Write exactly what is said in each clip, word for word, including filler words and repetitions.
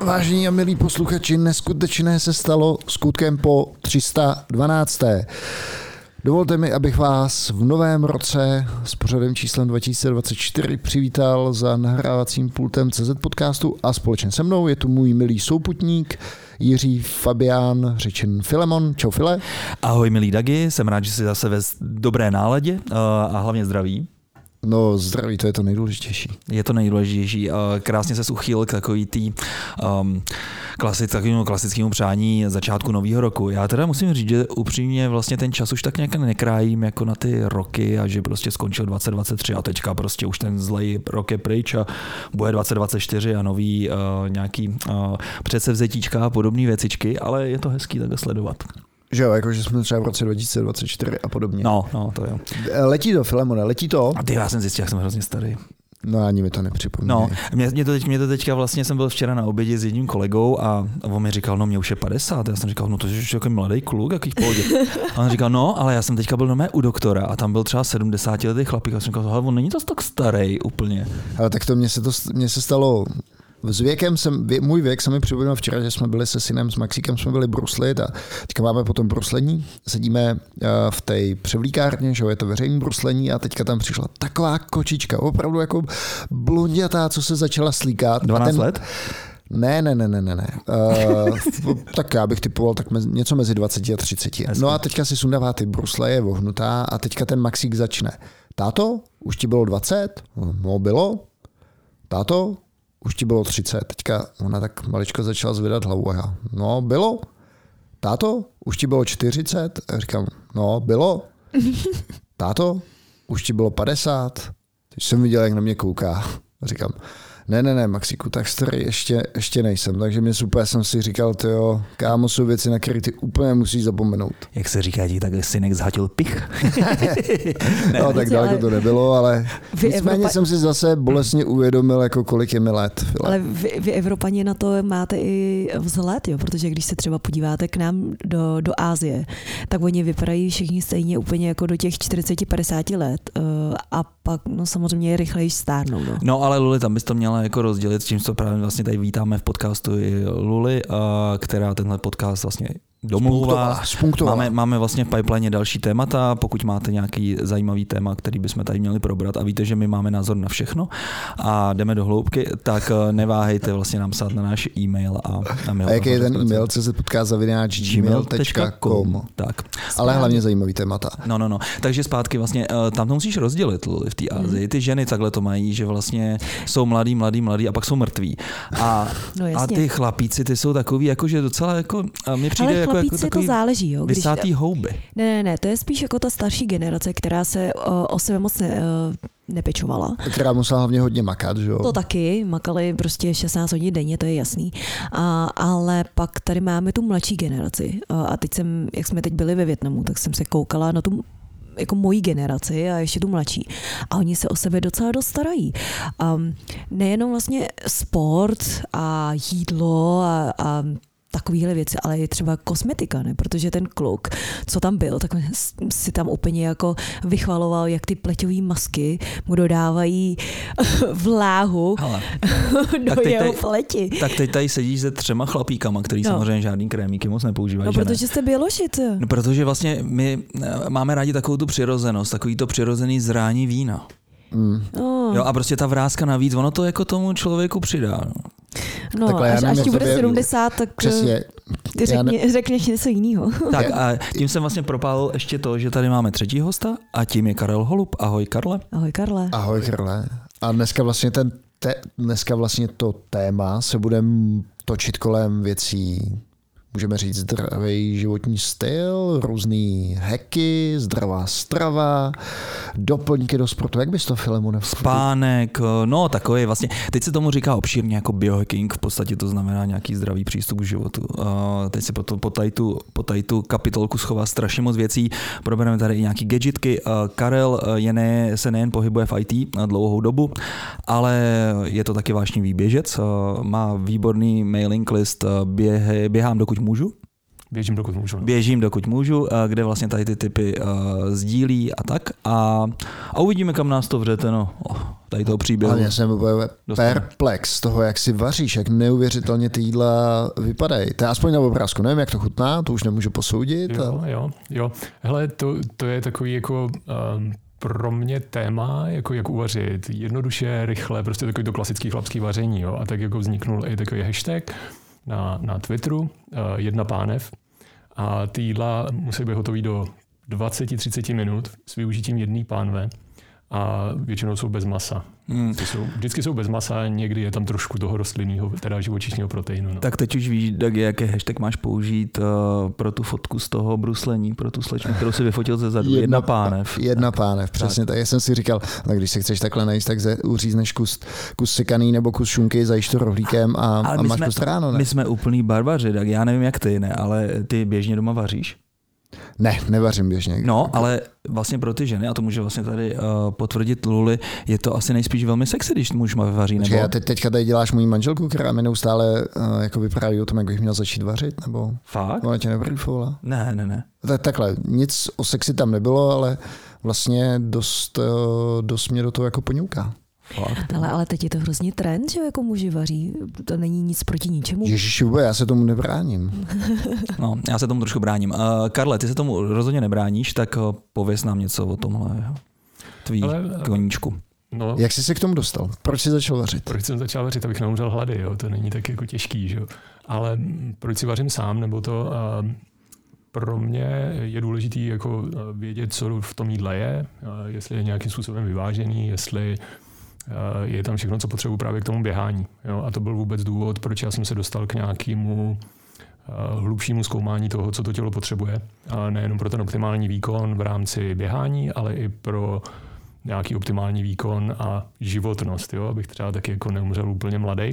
Vážení a milí posluchači, neskutečné se stalo skutkem po tři sta dvanácté Dovolte mi, abych vás v novém roce s pořadem číslem dva tisíce dvacet čtyři přivítal za nahrávacím pultem C Z podcastu a společně se mnou je tu můj milý souputník Jiří Fabián, řečen Filemon. Čau File. Ahoj milý Dagi, jsem rád, že jsi zase ve dobré náladě a hlavně zdraví. No zdraví, to je to nejdůležitější. Je to nejdůležitější. Krásně se uchýl k takový tý um, klasic, takovému klasickému přání začátku nového roku. Já teda musím říct, že upřímně vlastně ten čas už tak nějak nekrájím jako na ty roky a že prostě skončil dvacet dvacet tři a teďka prostě už ten zlej rok je pryč a bude dvacet dvacet čtyři a nový uh, nějaký uh, předsevzetíčka a podobné věcičky, ale je to hezký takhle sledovat. Že jo, jakože jsme třeba v roce dva tisíce dvacet čtyři a podobně. No, no, to jo. Letí to, Filemone, letí to. A ty, já jsem zjistil, jak jsem hrozně starý. No ani mi to nepřipomíná. No, mě, mě, to teď, mě to teďka vlastně, jsem byl včera na obědě s jedním kolegou a on mi říkal, no mě už je padesát. Já jsem říkal, no to je takový mladý kluk, jaký v pohodě. A on říkal, no, ale já jsem teďka byl doma u doktora a tam byl třeba sedmdesátiletý chlapík. A jsem říkal, hele, on není to tak starý úplně. Ale tak to mně se, to, mně se stalo... S věkem jsem, můj věk se mi připomněl včera, že jsme byli se synem, s Maxíkem jsme byli bruslit a teďka máme potom bruslení, sedíme v té převlíkárně, že je to veřejný bruslení a teďka tam přišla taková kočička, opravdu jako blondětá, co se začala slíkat. dvanáct ten, let? Ne, ne, ne, ne, ne, ne. Uh, tak já bych typoval tak mezi, něco mezi dvacet a třicet. No a teďka si sundává ty brusle, je vohnutá a teďka ten Maxík začne. Táto, už ti bylo dvacet? No bylo. Táto, už ti bylo třicet. Teďka ona tak maličko začala zvedat hlavu a já, no bylo. Táto, už ti bylo čtyřicet? A říkám, no bylo. Táto, už ti bylo padesát? Teď jsem viděl, jak na mě kouká. A říkám, ne, ne, ne, Maxíku, tak starý ještě, ještě nejsem. Takže mě super, jsem si říkal, tyjo, kámo, jsou věci, na které ty úplně musíš zapomenout. Jak se říká, ti tak synek zhatil pich. ne, no, tak daleko to nebylo, ale nicméně Evropa... jsem si zase bolestně uvědomil, jako kolik je mi let. File. Ale vy, vy Evropani na to máte i vzhled, jo? Protože když se třeba podíváte k nám do, do Asie, tak oni vypadají všichni stejně úplně jako do těch čtyřicet padesát let a pak no, samozřejmě rychleji stárnou. No. no ale Luli, tam bys to měla jako rozdělit, s čím to právě vlastně tady vítáme v podcastu i Luli, která tenhle podcast vlastně domlouvá. Máme, máme vlastně v pipeline další témata, pokud máte nějaký zajímavý téma, který bychom tady měli probrat a víte, že my máme názor na všechno a jdeme do hloubky, tak neváhejte vlastně nám psát na náš e-mail. A, a, a jaký je ten e-mail? C Z podcast zavináč gmail tečka com Tak. Ale hlavně zajímavý témata. No, no, no. Takže zpátky vlastně, tam to musíš rozdělit, Luli, v té Asii. Ty ženy takhle to mají, že vlastně jsou mladý, mladý, mladý a pak jsou mrtví. A, no, a ty chlapíci, ty jsou takový, jakože docela jako, mi přijde ale jako chlapíci jako to záleží, jo. Když, vysátý houby. Ne, ne, ne, to je spíš jako ta starší generace, která se o, o sebe moc ne, nepečovala. Která musela hlavně hodně makat, že jo? To taky, makali prostě šestnáct hodin denně, to je jasný. A, ale pak tady máme tu mladší generaci. A, a teď jsem, jak jsme teď byli ve Vietnamu, tak jsem se koukala na tu jako mojí generaci a ještě tu mladší. A oni se o sebe docela dost starají. Um, nejenom vlastně sport a jídlo a, a takovýhle věci, ale i třeba kosmetika, ne? Protože ten kluk, co tam byl, tak si tam úplně jako vychvaloval, jak ty pleťové masky mu dodávají vláhu Hele, do jeho tady, pleti. Tak teď tady sedíš se třema chlapíkama, který no. samozřejmě žádný krémíky moc nepoužívají. No, protože jste běložit. No, protože vlastně my máme rádi takovou tu přirozenost, takový to přirozený zrání vína. Mm. Oh. Jo, a prostě ta vrázka navíc, ono to jako tomu člověku přidá. No. No, Takhle, až, až ti bude sedmdesát, tak přesně. Řekni, ne... řekneš něco jiného. Tak a tím jsem vlastně propálil ještě to, že tady máme třetí hosta a tím je Karel Holub. Ahoj Karle. Ahoj Karle. Ahoj Karle. A dneska vlastně, ten te, dneska vlastně to téma se budeme točit kolem věcí, můžeme říct zdravý životní styl, různý hacky, zdravá strava, doplňky do sportu. Jak bys to, Filemone? Spánek, no takový vlastně, teď se tomu říká obšírně jako biohacking, v podstatě to znamená nějaký zdravý přístup k životu. A teď se po, to, po, tady tu, po tady tu kapitolku schová strašně moc věcí, probereme tady i nějaký gadgetky. Karel je ne, se nejen pohybuje v í té dlouhou dobu, ale je to taky vášnivý běžec, má výborný mailing list, běhy, běhám dokud můžu. Běžím dokud můžu. Běžím dokud můžu, kde vlastně tady ty typy uh, sdílí a tak. A, a uvidíme, kam nás to vřete. No. Oh, tady toho příběhu. Ale já jsem úplně perplex z toho, jak si vaříš, jak neuvěřitelně ty jídla vypadají. To je aspoň na obrázku, nevím, jak to chutná, to už nemůžu posoudit. Jo, ale... jo, jo. Hele, to, to je takový jako um, pro mě téma, jako jak uvařit jednoduše, rychle, prostě takový to klasický chlapský vaření. Jo? A tak jako vzniknul i takový hashtag na, na Twitteru, uh, jedna pánev. A ty jídla musí být hotový do dvacet až třicet minut s využitím jedné pánve. A většinou jsou bez masa. Hmm. Jsou, vždycky jsou bez masa, někdy je tam trošku toho rostlinného, teda živočišného proteinu. No. Tak teď už víš, tak jaký hashtag máš použít uh, pro tu fotku z toho bruslení, pro tu slečnu, kterou si vyfotil ze zadu. Jedna, jedna pánev. Jedna pánev, přesně tak. Já jsem si říkal, no, když se chceš takhle najíst, tak uřízneš kus, kus sekaný nebo kus šunky, zajíš to rohlíkem a, a máš kus ráno. Ne? My jsme úplný barbaři, tak já nevím jak ty, ne, ale ty běžně doma vaříš? Ne, nevařím běžně. No, ale vlastně pro ty ženy, a to může vlastně tady uh, potvrdit Luli, je to asi nejspíš velmi sexy, když muž vaří. Nebo... Já teď, teďka tady děláš moji manželku, která mi neustále uh, jako vypráví o tom, jak bych měl začít vařit, nebo... Fakt? Ona tě nebriefovala? Ne, ne, ne. Tak, takhle, nic o sexy tam nebylo, ale vlastně dost, uh, dost mě do toho jako poňouká. Ale, ale teď je to hrozně trend, že jako muži vaří. To není nic proti ničemu. Ježiši, já se tomu nebráním. No, já se tomu trošku bráním. Uh, Karle, ty se tomu rozhodně nebráníš, tak uh, pověz nám něco o tomhle tvý ale, koníčku. No, jak jsi se k tomu dostal? Proč jsi začal vařit? Proč jsem začal vařit, abych neumřel hlady, jo? To není tak jako těžký, že jo? Ale proč si vařím sám, nebo to... Uh, pro mě je důležité jako vědět, co v tom jídle je, jestli je nějakým způsobem vyvážený, jestli je tam všechno, co potřebuji právě k tomu běhání. Jo? A to byl vůbec důvod, proč já jsem se dostal k nějakému hlubšímu zkoumání toho, co to tělo potřebuje. A nejenom pro ten optimální výkon v rámci běhání, ale i pro nějaký optimální výkon a životnost, jo? Abych třeba taky jako neumřel úplně mladý.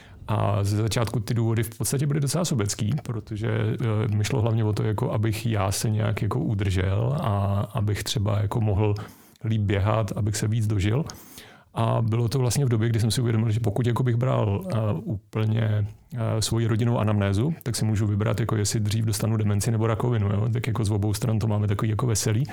A ze začátku ty důvody v podstatě byly docela sobecký, protože mi šlo hlavně o to, jako abych já se nějak jako udržel a abych třeba jako mohl líp běhat, abych se víc dožil. A bylo to vlastně v době, kdy jsem si uvědomil, že pokud jako bych bral uh, úplně uh, svoji rodinnou anamnézu, tak si můžu vybrat, jako jestli dřív dostanu demenci nebo rakovinu. Jo? Tak jako z obou stran to máme takový jako veselý.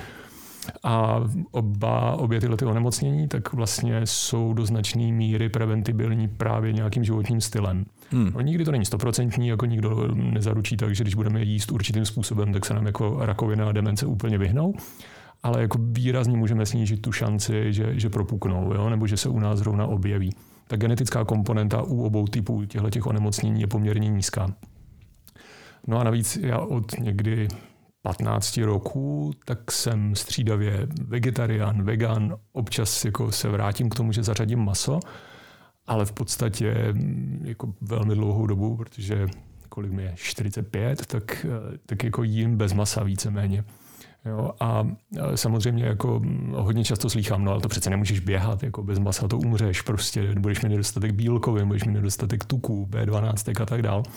A oba, obě tyhle ty onemocnění tak vlastně jsou do značné míry preventibilní právě nějakým životním stylem. Hmm. No, nikdy to není stoprocentní, jako nikdo nezaručí tak, že když budeme jíst určitým způsobem, tak se nám jako rakovina a demence úplně vyhnou. Ale jako výrazně můžeme snížit tu šanci, že, že propuknou, jo? Nebo že se u nás zrovna objeví. Ta genetická komponenta u obou typů těchto onemocnění je poměrně nízká. No a navíc já od někdy patnáct roků, tak jsem střídavě vegetarián, vegan, občas jako se vrátím k tomu, že zařadím maso, ale v podstatě jako velmi dlouhou dobu, protože kolik mi je, čtyřicet pět, tak, tak jako jím bez masa víceméně. Jo, a samozřejmě jako hodně často slýchám, no ale to přece nemůžeš běhat, jako bez masa to umřeš, prostě budeš mít nedostatek bílkovin, budeš mít nedostatek tuků, bé dvanáct a tak dál.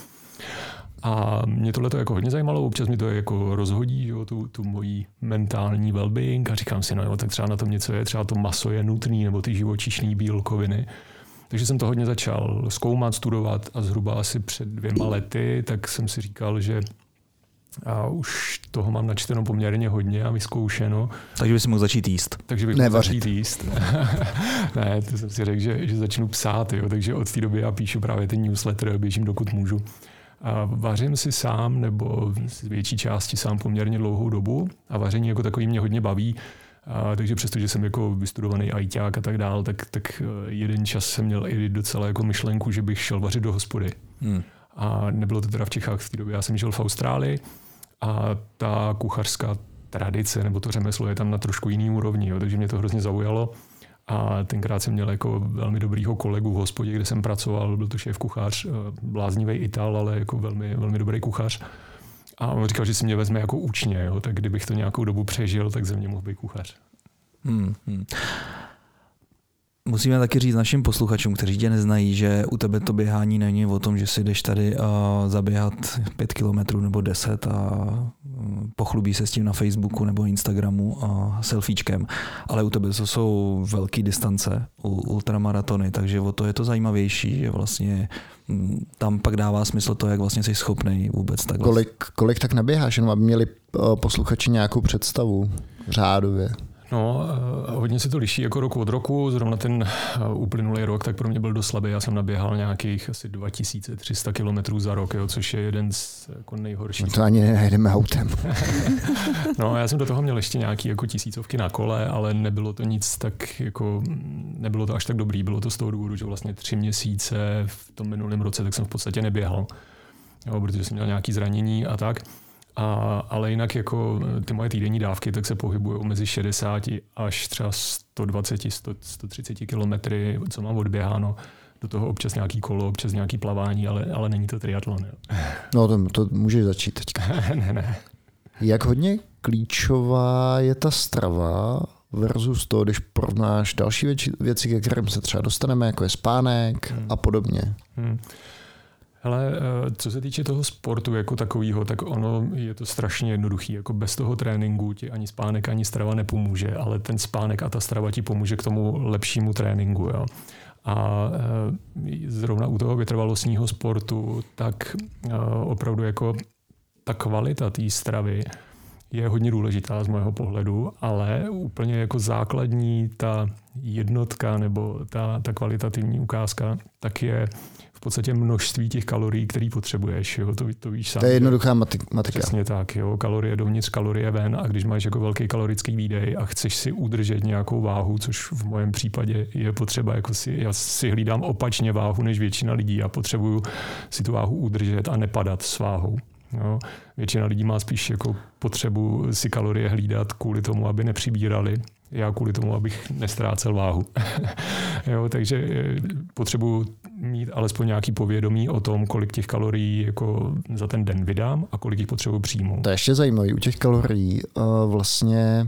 A mě tohle to jako hodně zajímalo, občas mi to jako rozhodí, jo, tu, tu mojí mentální well-being a říkám si, no jo, tak třeba na tom něco je, třeba to maso je nutný, nebo ty živočišní bílkoviny. Takže jsem to hodně začal zkoumat, studovat a zhruba asi před dvěma lety, tak jsem si říkal, že a už toho mám načteno poměrně hodně a vyzkoušeno. Takže bych si mohl začít jíst. Takže bych mohl začít jíst. Ne, to jsem si řekl, že, že začnu psát, jo, takže od té doby já píšu právě ten newsletter, běžím dokud můžu. A vařím si sám, nebo z větší části sám poměrně dlouhou dobu a vaření jako takový mě hodně baví. A takže přestože jsem jako vystudovaný ajťák a tak dál, tak, tak jeden čas jsem měl i docela jako myšlenku, že bych šel vařit do hospody. Hmm. A nebylo to teda v Čechách v té době. Já jsem žil v Austrálii a ta kuchařská tradice nebo to řemeslo je tam na trošku jiný úrovni, jo, takže mě to hrozně zaujalo. A tenkrát jsem měl jako velmi dobrýho kolegu v hospodě, kde jsem pracoval, byl to šéf kuchař, bláznivý Ital, ale jako velmi, velmi dobrý kuchař. A on říkal, že si mě vezme jako učně, jo, tak kdybych to nějakou dobu přežil, tak ze mě mohl být kuchař. Hmm, hmm. Musíme taky říct našim posluchačům, kteří tě neznají, že u tebe to běhání není o tom, že si jdeš tady uh, zaběhat pět kilometrů nebo deset a uh, pochlubí se s tím na Facebooku nebo Instagramu a uh, selfiečkem, ale u tebe to jsou velké distance, u ultramaratony, takže o to je to zajímavější, že vlastně um, tam pak dává smysl to, jak vlastně jsi schopnej vůbec takhle. Kolik, kolik tak naběháš, jenom aby měli uh, posluchači nějakou představu řádově? No, hodně se to liší jako rok od roku. Zrovna ten uplynulý rok tak pro mě byl dost slabý. Já jsem naběhal nějakých asi dva tisíce tři sta kilometrů za rok, jo, což je jeden z jako nejhorších. No to ani nejedeme autem. No, já jsem do toho měl ještě nějaký jako tisícovky na kole, ale nebylo to nic tak jako, nebylo to až tak dobrý. Bylo to z toho důvodu, že vlastně tři měsíce v tom minulém roce tak jsem v podstatě neběhal, jo, protože jsem měl nějaké zranění a tak. A, ale jinak jako ty moje týdenní dávky tak se pohybují mezi šedesát až třeba sto dvacet, sto třicet kilometry, co mám odběháno. Do toho občas nějaký kolo, občas nějaký plavání, ale, ale není to triatlon. Jo. No to, to můžeš začít teďka. ne, ne. Jak hodně klíčová je ta strava versus to, když porovnáš další věci, ke kterým se třeba dostaneme, jako je spánek hmm. a podobně. Hmm. Hele, co se týče toho sportu jako takového, tak ono je to strašně jednoduchý. Jako bez toho tréninku ti ani spánek, ani strava nepomůže, ale ten spánek a ta strava ti pomůže k tomu lepšímu tréninku. Jo. A zrovna u toho vytrvalostního sportu, tak opravdu jako ta kvalita té stravy je hodně důležitá z mého pohledu, ale úplně jako základní ta jednotka nebo ta, ta kvalitativní ukázka, tak je v podstatě množství těch kalorií, které potřebuješ. Jo? To, to víš sám. To je jednoduchá matika. Přesně tak. Jo? Kalorie dovnitř, kalorie ven, a když máš jako velký kalorický výdej a chceš si udržet nějakou váhu, což v mém případě je potřeba, jako si, já si hlídám opačně váhu než většina lidí. Já potřebuju si tu váhu udržet a nepadat s váhou. Jo. Většina lidí má spíš jako potřebu si kalorie hlídat kvůli tomu, aby nepřibírali. Já kvůli tomu, abych nestrácel váhu. Jo, takže potřebuji mít alespoň nějaký povědomí o tom, kolik těch kalorií jako za ten den vydám a kolik jich potřebuji přijmout. To je ještě zajímavé. U těch kalorií uh, vlastně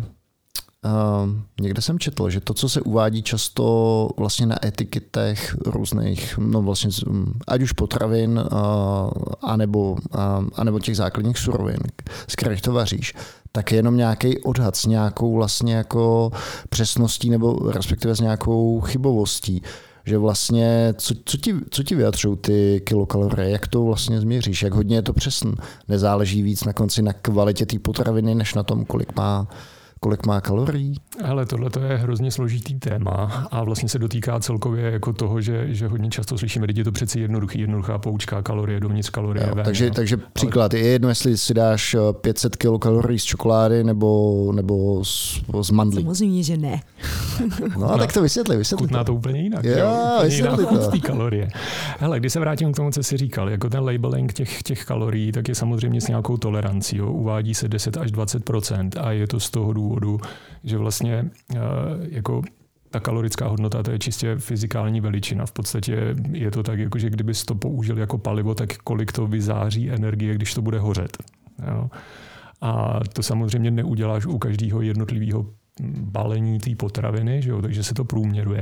Uh, někde jsem četl, že to, co se uvádí často vlastně na etiketech různých, no vlastně ať už potravin, uh, anebo, uh, anebo těch základních surovin, z kterých to vaříš, tak je jenom nějaký odhad s nějakou vlastně jako přesností nebo respektive s nějakou chybovostí. Že vlastně, co, co ti, co ti vyjadřují ty kilokalorie, jak to vlastně změříš, jak hodně je to přesný. Nezáleží víc na konci na kvalitě té potraviny, než na tom, kolik má kolik má kalorií? Hele, tohle to je hrozně složitý téma a vlastně se dotýká celkově jako toho, že, že hodně často slyšíme, že je to přeci jednoduchý, jednoduchá poučka, kalorie dovnitř, kalorie jo, ven. Takže, no. takže příklad, Ale... je jedno, jestli si dáš pět set kilokalorií z čokolády nebo, nebo z, z mandlí. Samozřejmě, že ne. No, no tak to vysvětli, vysvětli. Chutná to úplně jinak. Jo, jo vysvětli to. Té kalorie. Hele, když se vrátím k tomu, co jsi říkal, jako ten labeling těch, těch kalorií, tak je samozřejmě s nějakou tolerancí. Jo. Uvádí se deset až dvacet procent a je to z toho důvodu, že vlastně jako ta kalorická hodnota, to je čistě fyzikální veličina. V podstatě je to tak, jako že kdybys to použil jako palivo, tak kolik to vyzáří energie, když to bude hořet. Jo. A to samozřejmě neuděláš u každého jednotlivého balení té potraviny, že jo? Takže se to průměruje.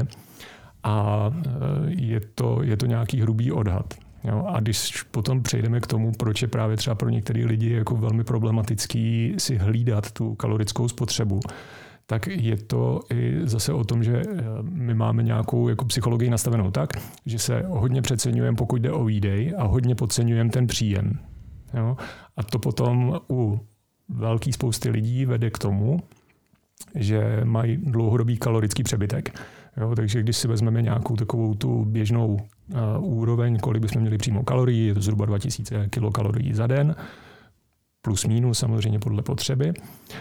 A je to, je to nějaký hrubý odhad. Jo? A když potom přejdeme k tomu, proč je právě třeba pro některé lidi jako velmi problematický si hlídat tu kalorickou spotřebu, tak je to i zase o tom, že my máme nějakou jako psychologii nastavenou tak, že se hodně přeceňujeme, pokud jde o výdej, a hodně podceňujeme ten příjem. Jo? A to potom u velké spousty lidí vede k tomu, že mají dlouhodobý kalorický přebytek. Jo? Takže když si vezmeme nějakou takovou tu běžnou uh, úroveň, kolik bychom měli přímo kalorií, je to zhruba dva tisíce kilokalorií za den, plus minus samozřejmě podle potřeby,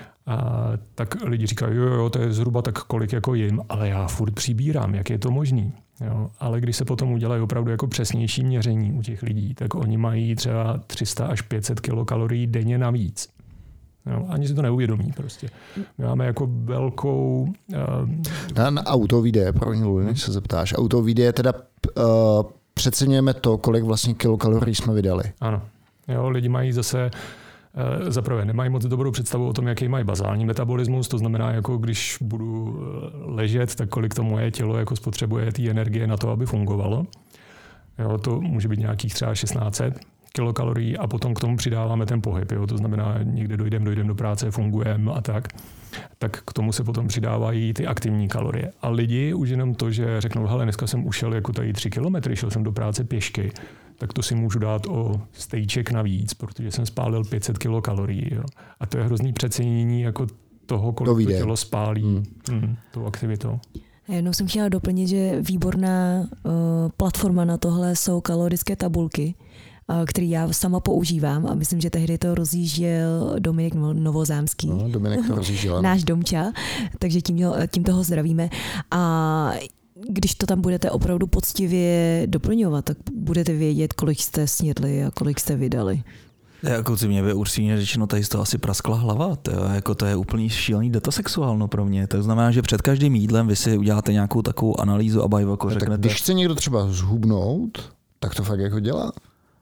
a tak lidi říkají, jo, jo, to je zhruba tak, kolik jako jim, ale já furt přibírám, jak je to možný. Jo? Ale když se potom udělají opravdu jako přesnější měření u těch lidí, tak oni mají třeba tři sta až pět set kilokalorií denně navíc. Jo? Ani si to neuvědomí prostě. My máme jako velkou... Uh... Na, na auto výdeje, promiň, než se zeptáš. Auto výdeje teda uh, přeceňujeme to, kolik vlastně kilokalorií jsme vydali. Ano. Jo, lidi mají zase zaprvé nemají moc dobrou představu o tom, jaký mají bazální metabolismus, to znamená, jako když budu ležet, tak kolik to moje tělo jako spotřebuje té energie na to, aby fungovalo. Jo, to může být nějakých třeba šestnáct set kilokalorií a potom k tomu přidáváme ten pohyb. Jo, to znamená, někde dojdeme, dojdeme do práce, fungujeme a tak. Tak k tomu se potom přidávají ty aktivní kalorie. A lidi už jenom to, že řeknou, hele, dneska jsem ušel jako tady tři kilometry, šel jsem do práce pěšky, tak to si můžu dát o stejček navíc, protože jsem spálil pět set kilokalorií. Jo. A to je hrozný přecenění jako toho, kolik to, to tělo spálí hmm. Hmm, tou aktivitou. Jednou jsem chtěla doplnit, že výborná uh, platforma na tohle jsou kalorické tabulky, uh, které já sama používám a myslím, že tehdy to rozjížděl Dominik Novozámský. No, Dominik to rozjížděl. Náš domča, takže tím, tím toho zdravíme. A když to tam budete opravdu poctivě doplňovat, tak budete vědět, kolik jste snědli a kolik jste vydali. Jako si mě by určitě řečeno, tady z toho asi praskla hlava. To je, jako to je úplný šílený datasexuálno pro mě. To znamená, že před každým jídlem vy si uděláte nějakou takovou analýzu a bajvako no, řeknete. Když chce někdo třeba zhubnout, tak to fakt jako dělá.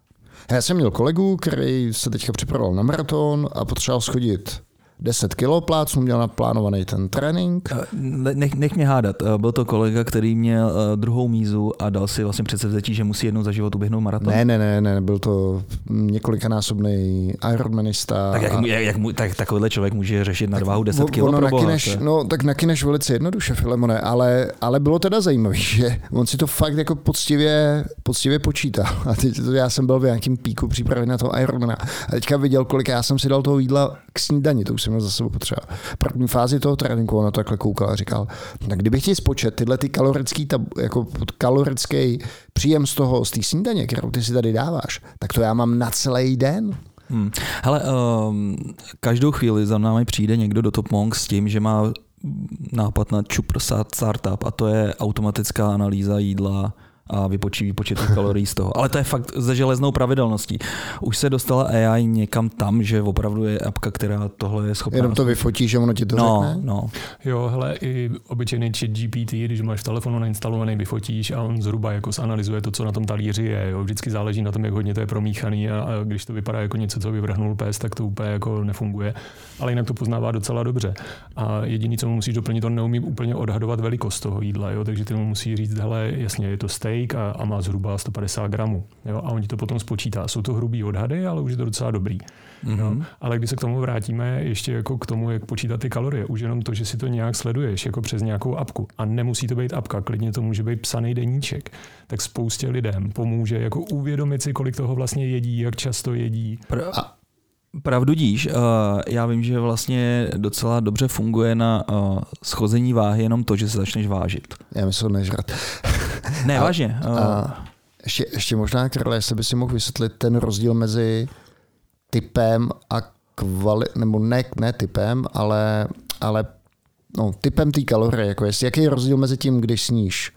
Já jsem měl kolegu, který se teďka připravoval na maraton a potřeboval schodit deset kilo pláců, měl naplánovaný ten trénink. Nech, nech mě hádat. Byl to kolega, který měl druhou mízu a dal si vlastně předsevzetí, že musí jednou za život uběhnout maraton? Ne, ne, ne, ne, byl to několikanásobný ironmanista. Tak, jak, a... jak, jak, tak takovýhle člověk může řešit nadváhu deset kilo pro boha. No tak nakyneš velice jednoduše, Filemone, ale, ale bylo teda zajímavé, že on si to fakt jako poctivě, poctivě počítal. A teď to, já jsem byl v nějakým píku přípravy na toho Ironmana. A teďka viděl, kolik já jsem si dal toho jídla k snídani, to už jsem měl za sebou potřeba. První fázi toho tréninku on na to takhle koukal a říkal, tak kdybych ti spočet tyhle ty kalorický, jako kalorický příjem z toho, z té snídaně, kterou ty si tady dáváš, tak to já mám na celý den. Hmm. Hele, um, každou chvíli za námi přijde někdo do Top Monk s tím, že má nápad na Čuprsat startup a to je automatická analýza jídla a vypočí výpočet kalorií z toho. Ale to je fakt ze železnou pravidelností. Už se dostala A I někam tam, že opravdu je apka, která tohle je schopná. Jenom to vyfotí, že ono ti to no, řekne? No. Jo, hele, i obyčejný chat G P T, když máš v telefonu nainstalovaný, vyfotíš a on zhruba jako zanalyzuje to, co na tom talíři je. Jo. Vždycky záleží na tom, jak hodně to je promíchaný a, a když to vypadá jako něco, co vyvrhnul pes, tak to úplně jako nefunguje. Ale jinak to poznává docela dobře. A jediný, co mu musíš doplnit, on neumí úplně odhadovat velikost toho jídla, jo. Takže ty mu musí říct, hele, jasně, je to steak a, a má zhruba sto padesát gramů. Jo. A on ti to potom spočítá. Jsou to hrubý odhady, ale už je to docela dobrý. Mm-hmm. Jo. Ale když se k tomu vrátíme, ještě jako k tomu, jak počítat ty kalorie, už jenom to, že si to nějak sleduješ jako přes nějakou apku. A nemusí to být apka, klidně to může být psaný deníček. Tak spoustě lidem pomůže jako uvědomit si, kolik toho vlastně jedí, jak často jedí. A pravdu díš, já vím, že vlastně docela dobře funguje na schození váhy jenom to, že se začneš vážit. Já myslím, nežrat. Ne, vážně. A, a ještě, ještě možná, Karle, jestli by si mohl vysvětlit ten rozdíl mezi typem a kvali, nebo ne, ne typem, ale, ale no, typem té kalorie. Jako jest, jaký je rozdíl mezi tím, když sníš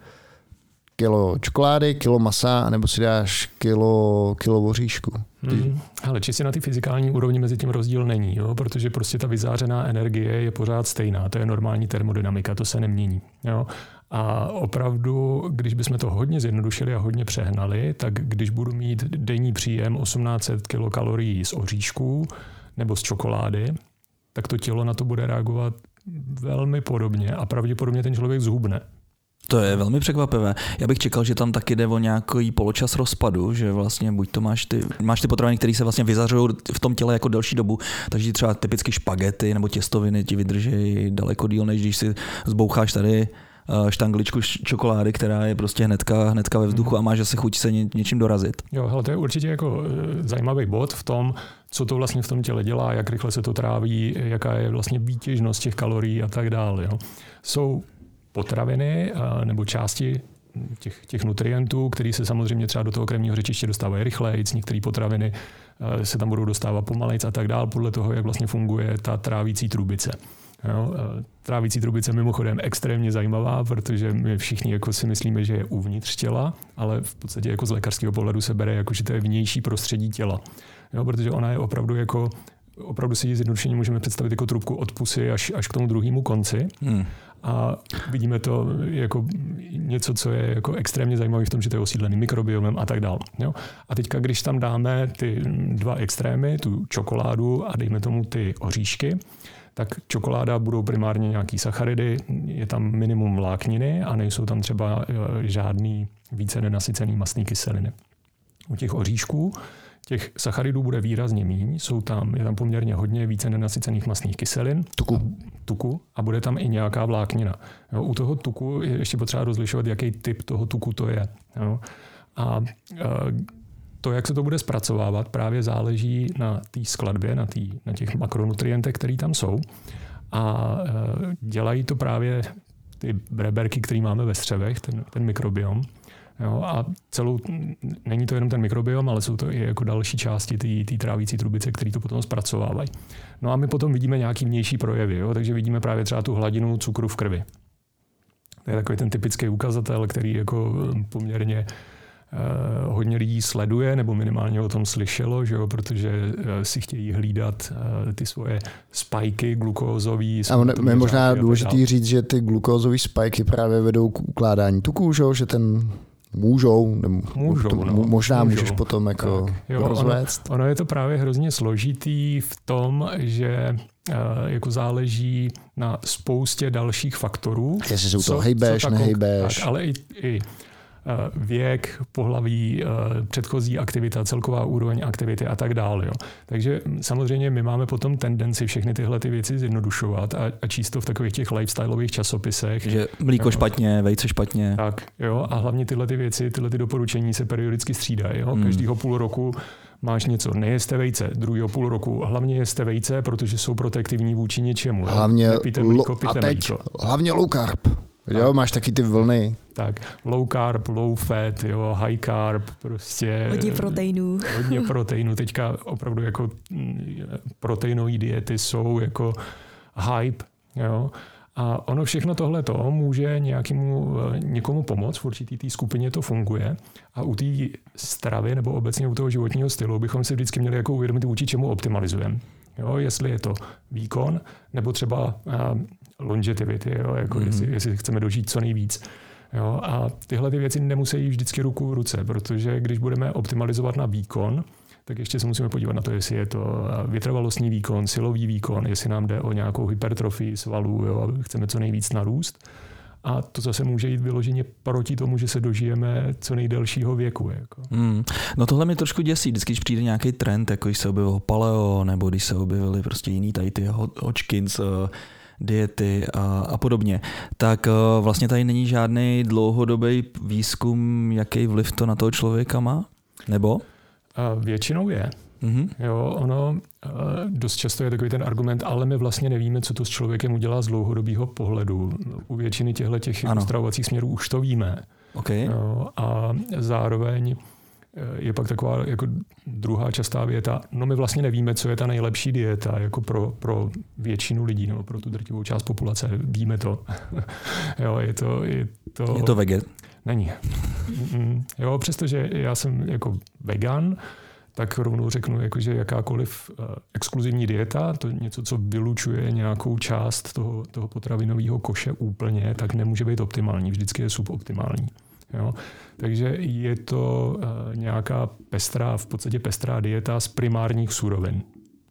kilo čokolády, kilo masa, nebo si dáš kilo, kilo oříšku? Hmm. Ale čistě na ty fyzikální úrovni mezi tím rozdíl není, jo? Protože prostě ta vyzářená energie je pořád stejná. To je normální termodynamika, to se nemění. Jo? A opravdu, když bychom to hodně zjednodušili a hodně přehnali, tak když budu mít denní příjem osmnáct set kilokalorií z oříšků nebo z čokolády, tak to tělo na to bude reagovat velmi podobně a pravděpodobně ten člověk zhubne. To je velmi překvapivé. Já bych čekal, že tam taky jde o nějaký poločas rozpadu, že vlastně buď to máš ty, máš ty potraviny, které se vlastně vyzařují v tom těle jako delší dobu, takže třeba typicky špagety nebo těstoviny ti vydrží daleko díl, než když si zboucháš tady štangličku čokolády, která je prostě hnedka, hnedka ve vzduchu a máš asi chuť se ně, něčím dorazit. Jo, hele, to je určitě jako zajímavý bod v tom, co to vlastně v tom těle dělá, jak rychle se to tráví, jaká je vlastně výtěžnost těch kalorií a tak dále. Jo. Jsou potraviny nebo části těch, těch nutrientů, které se samozřejmě třeba do toho krevního řečiště dostávají rychlejc, některé potraviny se tam budou dostávat pomalejc a tak dále, podle toho, jak vlastně funguje ta trávící trubice. Jo, trávící trubice mimochodem extrémně zajímavá, protože my všichni jako si myslíme, že je uvnitř těla, ale v podstatě jako z lékařského pohledu se bere jako, že to je vnější prostředí těla. Jo, protože ona je opravdu jako opravdu si ji zjednodušeně můžeme představit jako trubku od pusy až, až k tomu druhému konci. Hmm. A vidíme to jako něco, co je jako extrémně zajímavé v tom, že to je osídlený mikrobiomem a tak dále. Jo? A teďka, když tam dáme ty dva extrémy, tu čokoládu a dejme tomu ty oříšky, tak čokoláda budou primárně nějaký sacharidy, je tam minimum vlákniny a nejsou tam třeba žádný více nenasycený mastný kyseliny. U těch oříšků těch sacharidů bude výrazně míň, jsou tam, je tam poměrně hodně více nenasycených mastných kyselin, tuku. A, tuku a bude tam i nějaká vláknina. Jo, u toho tuku je ještě potřeba rozlišovat, jaký typ toho tuku to je. Jo. A, a to, jak se to bude zpracovávat, právě záleží na té skladbě, na, tý, na těch makronutrientech, které tam jsou. A dělají to právě ty breberky, které máme ve střevech, ten, ten mikrobiom. Jo, a celou, není to jenom ten mikrobiom, ale jsou to i jako další části té trávící trubice, které to potom zpracovávají. No a my potom vidíme nějaký vnější projevy, jo, takže vidíme právě třeba tu hladinu cukru v krvi. To je takový ten typický ukazatel, který jako poměrně eh, hodně lidí sleduje, nebo minimálně o tom slyšelo, že jo, protože eh, si chtějí hlídat eh, ty svoje spajky glukózový. A on, je možná důležitý říct, že ty glukózové spajky právě vedou k ukládání tuků, že, že ten můžou, nebo můžou, to, no, možná můžou. můžeš potom jako jo, rozvést. Ono, ono je to právě hrozně složitý v tom, že uh, jako záleží na spoustě dalších faktorů. Jestli se u toho hejbeš, nehejbeš. Tak, ale i, i věk, pohlaví, předchozí aktivita, celková úroveň aktivity a tak dále. Jo. Takže samozřejmě my máme potom tendenci všechny tyhle ty věci zjednodušovat a, a číst to v takových těch lifestyleových časopisech. Že mlíko jo. špatně, vejce špatně. Tak, jo, a hlavně tyhle ty věci, tyhle ty doporučení se periodicky střídají. Jo. Hmm. Každýho půl roku máš něco, nejeste vejce, druhého půl roku, hlavně jeste vejce, protože jsou protektivní vůči něčemu. Hlavně, nepijte mlíko, a teď mlíko. Hlavně low carb. Jo, máš taky ty vlny. Tak, low carb, low fat, jo, high carb, prostě... Hodně proteinů. Hodně proteinů. Teďka opravdu jako proteinové diety jsou jako hype, jo. A ono všechno tohleto může nějakému, někomu pomoct, v určitý té skupině to funguje. A u té stravy nebo obecně u toho životního stylu bychom si vždycky měli jako uvědomit, vůči čemu optimalizujeme. Jo, jestli je to výkon, nebo třeba uh, longevity, jo, jako mm-hmm. jestli, jestli chceme dožít co nejvíc. Jo, a tyhle ty věci nemusí jít vždycky ruku v ruce, protože když budeme optimalizovat na výkon, tak ještě se musíme podívat na to, jestli je to vytrvalostní výkon, silový výkon, jestli nám jde o nějakou hypertrofii svalů, jo, a chceme co nejvíc narůst. A to zase může jít vyloženě proti tomu, že se dožijeme co nejdelšího věku. Jako. Mm. No tohle mi trošku děsí, vždycky, když přijde nějaký trend, jako když se objevilo paleo, nebo když se objevily prostě jiný tady ty Hodgkins, diety a, a podobně, tak vlastně tady není žádný dlouhodobý výzkum, jaký vliv to na toho člověka má? Nebo? A většinou je. Mm-hmm. Jo, ono dost často je takový ten argument, ale my vlastně nevíme, co to s člověkem udělá z dlouhodobého pohledu. U většiny těchto stravovacích směrů už to víme. Okay. Jo, a zároveň je pak taková jako druhá častá věta, no my vlastně nevíme, co je ta nejlepší dieta jako pro, pro většinu lidí, nebo pro tu drtivou část populace. Víme to. Jo, je to, je to... Je to vegan? Není. Jo, přestože já jsem jako vegan, tak rovnou řeknu, jako, že jakákoliv uh, exkluzivní dieta, to něco, co vylučuje nějakou část toho, toho potravinového koše úplně, tak nemůže být optimální, vždycky je suboptimální. Jo? Takže je to uh, nějaká pestrá, v podstatě pestrá dieta z primárních surovin.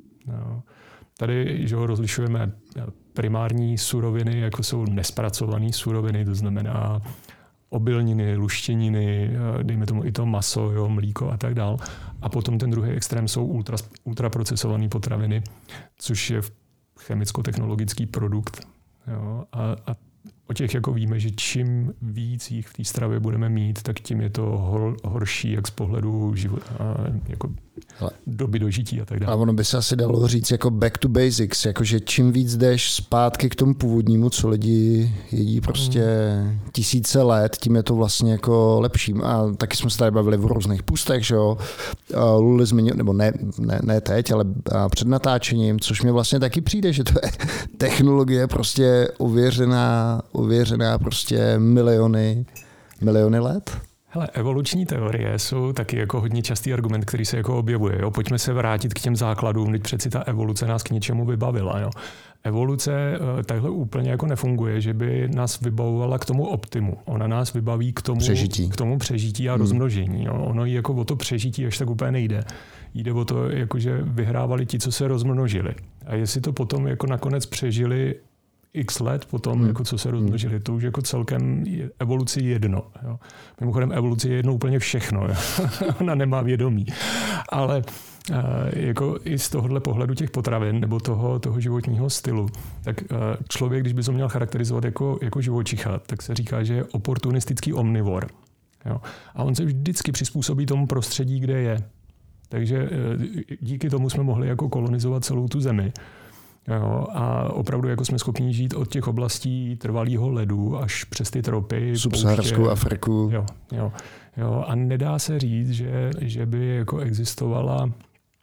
Jo? Tady že ho, rozlišujeme primární suroviny, jako jsou nespracované suroviny, to znamená obilniny, luštěniny, dejme tomu i to maso, jo, mlíko a tak dál. A potom ten druhý extrém jsou ultra, ultraprocesované potraviny, což je chemicko-technologický produkt. Jo. A, a o těch jako víme, že čím víc jich v té stravě budeme mít, tak tím je to hor, horší jak z pohledu života, jako doby dožití a tak dále. A ono by se asi dalo říct jako back to basics, jakože čím víc jdeš zpátky k tomu původnímu, co lidi jedí prostě tisíce let, tím je to vlastně jako lepší. A taky jsme se tady bavili v různých pustech, že jo. Luli zmiňoval, nebo ne, ne, ne teď, ale před natáčením, což mi vlastně taky přijde, že to je technologie prostě ověřená, ověřená prostě miliony, miliony let. Hele, evoluční teorie jsou taky jako hodně častý argument, který se jako objevuje. Jo? Pojďme se vrátit k těm základům, teď přeci ta evoluce nás k něčemu vybavila. Jo? Evoluce takhle úplně jako nefunguje, že by nás vybavovala k tomu optimu. Ona nás vybaví k tomu přežití, k tomu přežití a hmm. rozmnožení. Jo? Ono jí jako o to přežití až tak úplně nejde. Jde o to, jako že vyhrávali ti, co se rozmnožili. A jestli to potom jako nakonec přežili x let potom, hmm. jako co se rozmnožili, to už jako celkem je evoluci jedno. Jo. Mimochodem evoluci je jedno úplně všechno. Jo. Ona nemá vědomí. Ale uh, jako i z tohohle pohledu těch potravin nebo toho, toho životního stylu, tak uh, člověk, když by to měl charakterizovat jako, jako živočicha, tak se říká, že je oportunistický omnivor. Jo. A on se vždycky přizpůsobí tomu prostředí, kde je. Takže uh, díky tomu jsme mohli jako kolonizovat celou tu zemi. Jo, a opravdu jako jsme schopni žít od těch oblastí trvalého ledu až přes ty tropy. Subsaharskou Afriku. Jo, jo, jo. A nedá se říct, že, že by jako existovala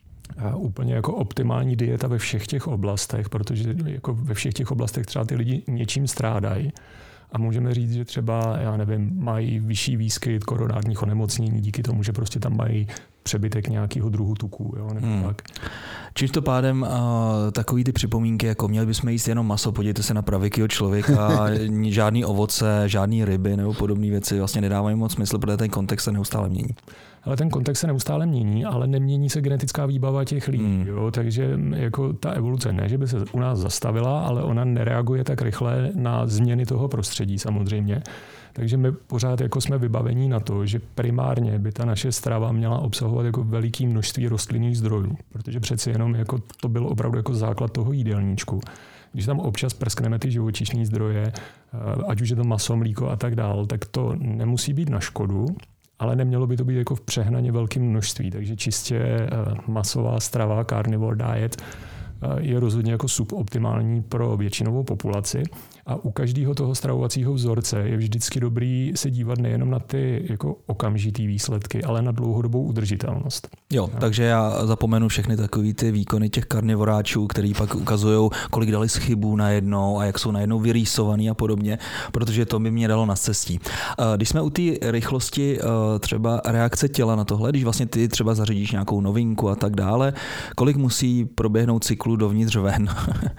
úplně jako optimální dieta ve všech těch oblastech, protože jako ve všech těch oblastech třeba ty lidi něčím strádají. A můžeme říct, že třeba, já nevím, mají vyšší výskyt koronárních onemocnění díky tomu, že prostě tam mají přebytek nějakého druhu tuku. Jo, nebo hmm. tak. Čímž to pádem uh, takový ty připomínky, jako měli bychom jíst jenom maso, podívejte se na pravykýho člověka, žádný ovoce, žádný ryby nebo podobné věci vlastně nedávají moc smysl, protože ten kontext se neustále mění. Ale ten kontext se neustále mění, ale nemění se genetická výbava těch lidí. Hmm. Jo? Takže jako ta evoluce ne, že by se u nás zastavila, ale ona nereaguje tak rychle na změny toho prostředí samozřejmě. Takže my pořád jako jsme vybavení na to, že primárně by ta naše strava měla obsahovat jako veliké množství rostlinných zdrojů, protože přeci jenom jako to byl opravdu jako základ toho jídelníčku. Když tam občas prskneme ty živočišní zdroje, ať už je to maso, mlíko a tak dál, tak to nemusí být na škodu, ale nemělo by to být jako v přehnaně velkém množství. Takže čistě masová strava, carnivore diet, je rozhodně jako suboptimální pro většinovou populaci. A u každého toho stravovacího vzorce je vždycky dobrý se dívat nejenom na ty jako okamžitý výsledky, ale na dlouhodobou udržitelnost. Jo, no. Takže já zapomenu všechny takový ty výkony těch karnivoráčů, který pak ukazují, kolik dali z chybů najednou a jak jsou najednou vyrýsovaný a podobně, protože to by mě dalo na cestí. Když jsme u té rychlosti třeba reakce těla na tohle, když vlastně ty třeba zařídíš nějakou novinku a tak dále, kolik musí proběhnout cyklu dovnitř ven,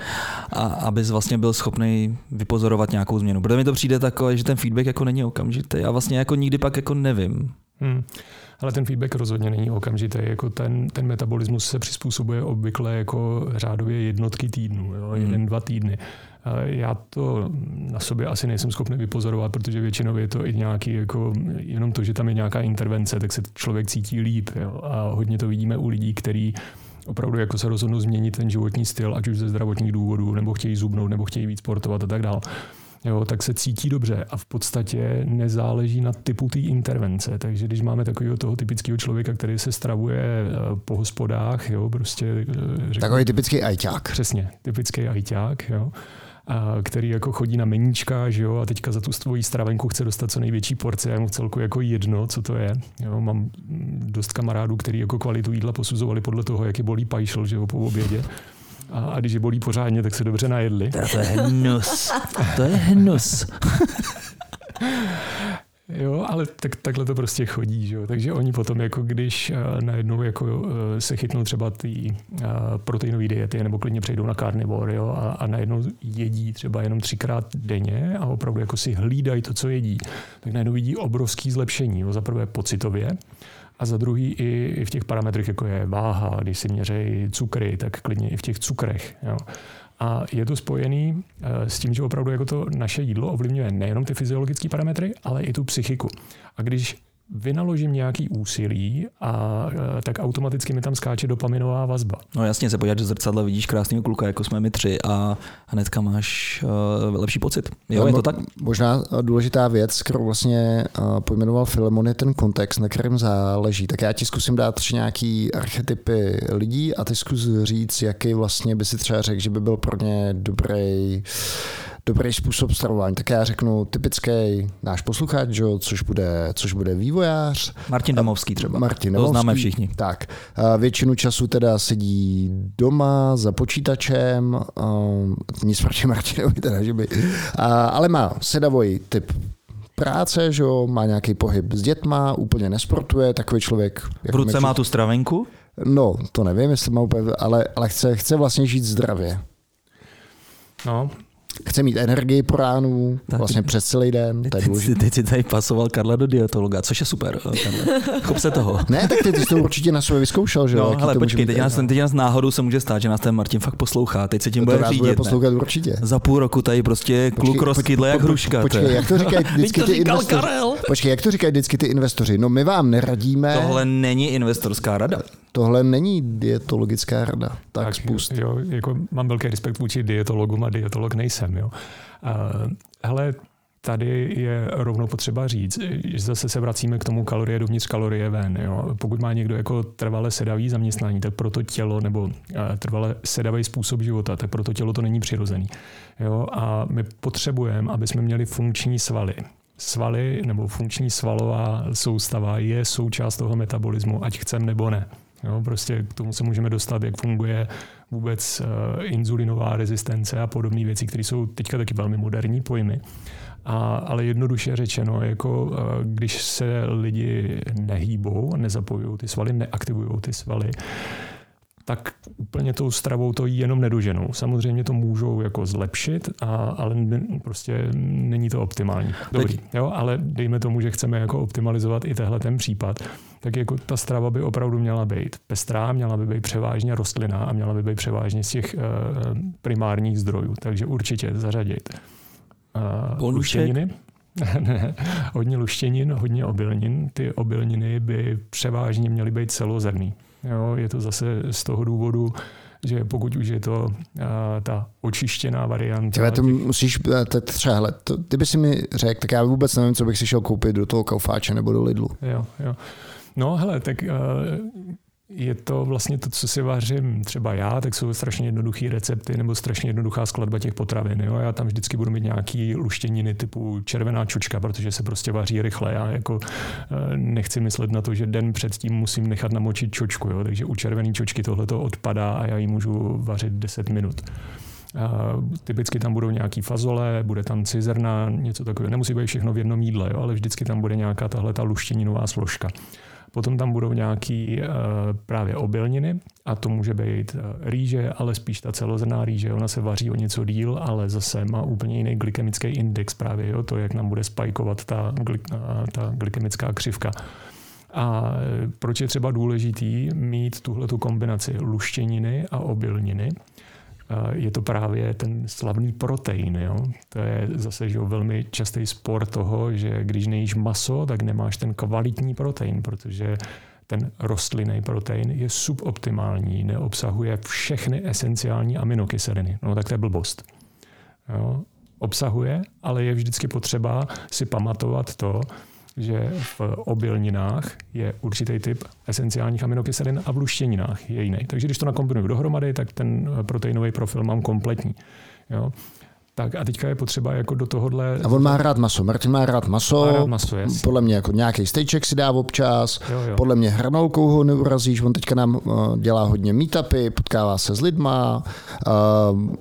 a abys vlastně byl schopný vypozorovat nějakou změnu. Protože mi to přijde takové, že ten feedback jako není okamžitý a vlastně jako nikdy pak jako nevím. Hmm. Ale ten feedback rozhodně není okamžitý. Jako ten, ten metabolismus se přizpůsobuje obvykle jako řádově jednotky týdnů, jo? Hmm. jeden, dva týdny. Já to na sobě asi nejsem schopný vypozorovat, protože většinou je to i nějaký, jako jenom to, že tam je nějaká intervence, tak se člověk cítí líp. Jo? A hodně to vidíme u lidí, kteří opravdu jako se rozhodnou změnit ten životní styl, ať už ze zdravotních důvodů, nebo chtějí zubnout, nebo chtějí víc sportovat a tak dále. Jo, tak se cítí dobře a v podstatě nezáleží na typu té intervence. Takže když máme takového toho typického člověka, který se stravuje po hospodách, jo, prostě... Řeknu, takový typický ajťák. Přesně, typický ajťák, jo. A který jako chodí na meníčka, že jo, a teďka za tu svoji stravenku chce dostat co největší porce, je mu v celku jako jedno, co to je. Jo, mám dost kamarádů, který jako kvalitu jídla posuzovali podle toho, jak je bolí pajšl, že jo, po obědě. A, a když je bolí pořádně, tak se dobře najedli. To je hnus. To je hnus. Jo, ale tak, takhle to prostě chodí, že jo. Takže oni potom, jako když uh, najednou jako, uh, se chytnou třeba ty uh, proteinové diety, nebo klidně přejdou na carnivore, jo, a, a najednou jedí třeba jenom třikrát denně a opravdu jako si hlídají to, co jedí, tak najednou vidí obrovský zlepšení. Jo, za prvé pocitově, a za druhý i, i v těch parametrech, jako je váha, když si měří cukry, tak klidně i v těch cukrech. Jo. A je to spojený s tím, že opravdu jako to naše jídlo ovlivňuje nejenom ty fyziologické parametry, ale i tu psychiku. A když vynaložím nějaký úsilí, a tak automaticky mi tam skáče dopaminová vazba. No jasně, se podívat do zrcadla, vidíš krásného kluka, jako jsme my tři, a hnedka máš uh, lepší pocit. Jo, je to tak? Možná důležitá věc, kterou vlastně uh, pojmenoval Filemon, je ten kontext, na kterém záleží. Tak já ti zkusím dát tři nějaký archetypy lidí a ty zkus říct, jaký vlastně by si třeba řekl, že by byl pro ně dobrý dobrý způsob stravování. Tak já řeknu typický náš posluchač, jo, což bude, což bude vývojář. Martin Damovský třeba. Martin to Damovský, známe všichni. Tak. Většinu času teda sedí doma za počítačem, um, nic proti Martinovi teda, že by, a, ale má sedavoj typ práce, že jo, má nějaký pohyb s dětma, úplně nesportuje, takový člověk. V ruce má tu stravenku? No, to nevím, jestli má úplně, ale, ale chce, chce vlastně žít zdravě. No, chce mít energii pro ránu, tak, vlastně přes celý den. To je ty, ty jsi tady pasoval Karla do dietologa, což je super. Chop se toho. Ne, tak ty, ty jsi to určitě na sobě vyzkoušel. Že? No, ale počkej, teď nás, teď nás náhodou se může stát, že nás ten Martin fakt poslouchá. Teď se tím to bude řídit. Bude poslouchat určitě. Za půl roku tady prostě kluk rozkydle jak hruška. Počkej, jak to říkají vždycky to ty říkal investoři? Karel. Počkej, jak to říkají vždycky ty investoři? No my vám neradíme. Tohle není investorská rada. Tohle není dietologická rada. Tak, tak spust. Jo, jako mám velký respekt vůči dietologům a dietolog nejsem. Jo. Uh, hele, tady je rovnou potřeba říct, že zase se vracíme k tomu kalorie dovnitř, kalorie ven. Jo. Pokud má někdo jako trvale sedavý zaměstnání, tak pro to tělo, nebo trvale sedavý způsob života, tak pro to tělo to není přirozený. Jo. A my potřebujeme, aby jsme měli funkční svaly. Svaly nebo funkční svalová soustava je součást toho metabolismu, ať chcem nebo ne. Jo, prostě k tomu se můžeme dostat, jak funguje vůbec uh, inzulinová rezistence a podobné věci, které jsou teďka taky velmi moderní pojmy. A, ale jednoduše řečeno, jako uh, když se lidi nehýbou, nezapojují ty svaly, neaktivují ty svaly, tak úplně tou stravou to jenom nedoženou. Samozřejmě to můžou jako zlepšit, a, ale ne, prostě není to optimální. Dobrý, jo, ale dejme tomu, že chceme jako optimalizovat i tehle ten případ, tak jako ta strava by opravdu měla být pestrá, měla by být převážně rostlinná a měla by být převážně z těch uh, primárních zdrojů. Takže určitě zařadit uh, luštěniny. Ne, hodně luštěnin, hodně obilnin. Ty obilniny by převážně měly být celozrnný. Jo, je to zase z toho důvodu, že pokud už je to uh, ta očištěná varianta. Těle to těch... musíš, to třeba, hele, to, ty by si mi řekl, tak já vůbec nevím, co bych si šel koupit do toho Kaufáče nebo do Lidlu. Jo, jo. No hele, tak uh, je to vlastně to, co si vařím třeba já, tak jsou strašně jednoduché recepty nebo strašně jednoduchá skladba těch potravin. Jo? Já tam vždycky budu mít nějaký luštěniny typu červená čočka, protože se prostě vaří rychle. Já jako nechci myslet na to, že den předtím musím nechat namočit čočku. Jo? Takže u červené čočky tohleto odpadá a já ji můžu vařit deset minut. Uh, typicky tam budou nějaký fazole, bude tam cizrna, něco takového. Nemusí být všechno v jednom jídle, jo? Ale vždycky tam bude nějaká tahle ta luštěninová složka. Potom tam budou nějaký uh, právě obilniny a to může být uh, rýže, ale spíš ta celozrnná rýže. Ona se vaří o něco díl, ale zase má úplně jiný glykemický index právě, jo? To, jak nám bude spajkovat ta, gly, uh, ta glykemická křivka. A proč je třeba důležitý mít tuhletu kombinaci luštěniny a obilniny? Je to právě ten slavný protein. Jo? To je zase že velmi častý spor toho, že když nejíš maso, tak nemáš ten kvalitní protein, protože ten rostlinný protein je suboptimální, neobsahuje všechny esenciální aminokyseliny. No tak to je blbost. Jo? Obsahuje, ale je vždycky potřeba si pamatovat to, že v obilninách je určitý typ esenciálních aminokyselin a v luštěninách je jiný. Takže když to nakombinuju dohromady, tak ten proteinový profil mám kompletní. Jo. Tak a teďka je potřeba jako do tohohle... A on má rád maso. Martin má rád maso. Má rád maso, yes. Podle mě jako nějaký stejček si dá občas. Jo, jo. Podle mě hranolkou ho neurazíš. On teďka nám uh, dělá hodně meetupy, potkává se s lidma. Uh,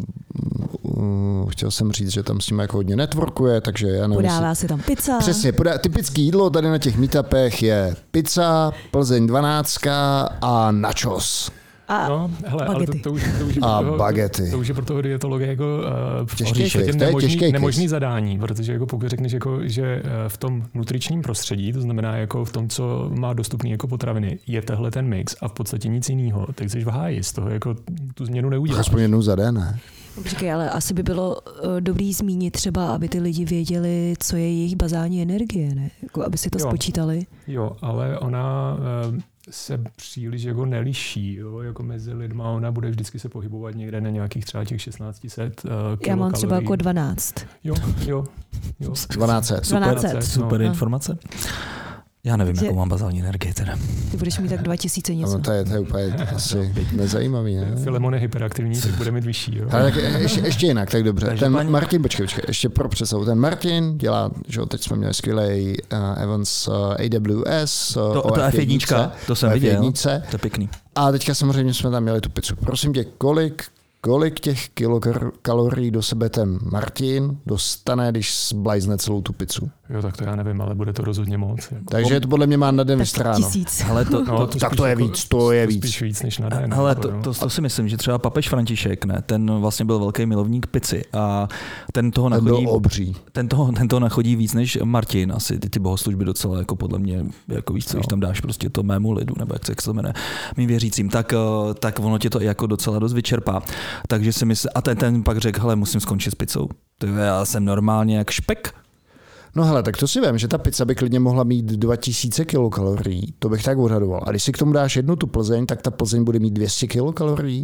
uh, chtěl jsem říct, že tam s ním jako hodně networkuje, takže já nevím. Podává si tam pizza. Přesně, podá, typický jídlo tady na těch meetupech je pizza, Plzeň dvanáctka a nachos. A no, hele, ale to, to, už, to, už a toho, bagety. To, to už je pro toho dietologa jako uh, těžký těžký, nemožný, nemožný zadání, protože jako pokud řekneš, jako, že v tom nutričním prostředí, to znamená jako v tom, co má dostupný jako potraviny, je tehle ten mix a v podstatě nic jiného, tak jsi v háji, z toho jako tu změnu neuděláš. Aspoň jednou za den, ne? Počkej, ale asi by bylo uh, dobrý zmínit třeba, aby ty lidi věděli, co je jejich bazální energie, ne? Jako, aby si to jo. spočítali. Jo, ale ona uh, se příliš jako neliší, jo? Jako mezi lidma. Ona bude vždycky se pohybovat někde na nějakých třeba těch šestnáct set uh, kilokalorií. Já mám třeba jako dvanáct. Jo, jo. jo. dvanáct set. Super, super, super no. informace. Já nevím, že... jakou mám bazální energii teda. Ty budeš mít tak dva tisíce něco. No, to, je, to je úplně asi nezajímavý, ne? Filemon je hyperaktivní, tak bude mít vyšší. Jo? Ale tak ještě, ještě jinak, tak dobře. Takže ten paní... Martin, počkej, počkej, ještě pro představu. Ten Martin dělá, že teď jsme měli skvělej uh, Evans uh, A W S, uh, to, to F jedna, to jsem viděl, to je pěkný. A teďka samozřejmě jsme tam měli tu pizzu. Prosím tě, kolik Kolik těch kilokalorií do sebe ten Martin dostane, když zblajzne celou tu pizzu? Jo, tak to já nevím, ale bude to rozhodně moc. Jako. Takže to podle mě má na den vystráno. Ale to, no, to, tak to je jako, víc, to je víc. Spíš víc než na den. Ale to, to, to si myslím, že třeba papež František, ne, ten vlastně byl velký milovník pici a ten toho nachodí, obří. Ten toho, ten toho nachodí víc než Martin. Asi ty, ty bohoslužby docela jako podle mě, jako víc, co, no. Když tam dáš prostě to mému lidu, nebo jak se to jmenuje, mým věřícím, tak, tak ono tě to jako docela dost vyčerpá. Takže si myslím, a ten, ten pak řekl, hele, musím skončit s pizzou. To já jsem normálně jak špek. No hele, tak to si vím, že ta pizza by klidně mohla mít dva tisíce kilokalorií, to bych tak odhadoval. A když si k tomu dáš jednu tu Plzeň, tak ta Plzeň bude mít dvě stě kilokalorií.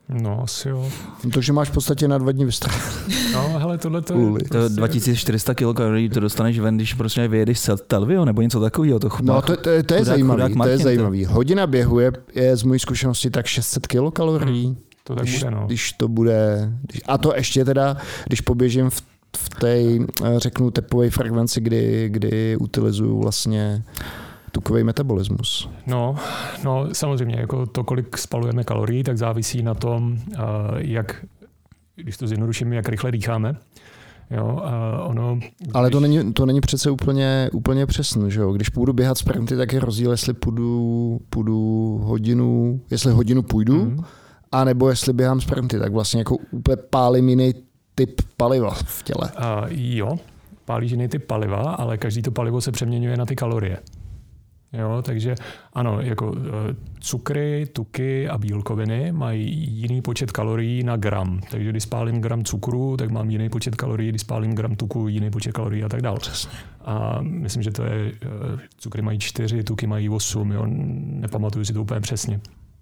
No, asi jo. To, že máš v podstatě na dva dní vystrát. No, hele, tohle to je... To dva tisíce čtyři sta kilokalorií to dostaneš ven, když prostě vyjedeš z Telvio nebo něco takového. To chudák, no, to, to, to, to je zajímavý, to je zajímavý. Hodina běhu je, je z mojí zkušenosti tak šest set kilokalorií. Hmm, to tak když, bude, no. Když to bude... Když, a to ještě teda, když poběžím v, v té, řeknu, tepové frekvenci, kdy, kdy utilizuju vlastně tukový metabolismus. No, no, samozřejmě, jako to, kolik spalujeme kalorií, tak závisí na tom, jak, když to zjednodušíme, jak rychle dýcháme. Jo, a ono, když... Ale to není, to není přece úplně, úplně přesné, že jo? Když půjdu běhat sprinty, tak je rozdíl, jestli půjdu, půjdu hodinu, jestli hodinu půjdu, mm. anebo jestli běhám sprinty, tak vlastně jako úplně pálím jiný typ paliva v těle. A jo, pálíš jiný typ paliva, ale každý to palivo se přeměňuje na ty kalorie. Jo, takže ano, jako cukry, tuky a bílkoviny mají jiný počet kalorií na gram. Takže když spálím gram cukru, tak mám jiný počet kalorií, když spálím gram tuku, jiný počet kalorií a tak dále. A myslím, že to je, cukry mají čtyři, tuky mají osm, jo, nepamatuju si to úplně přesně.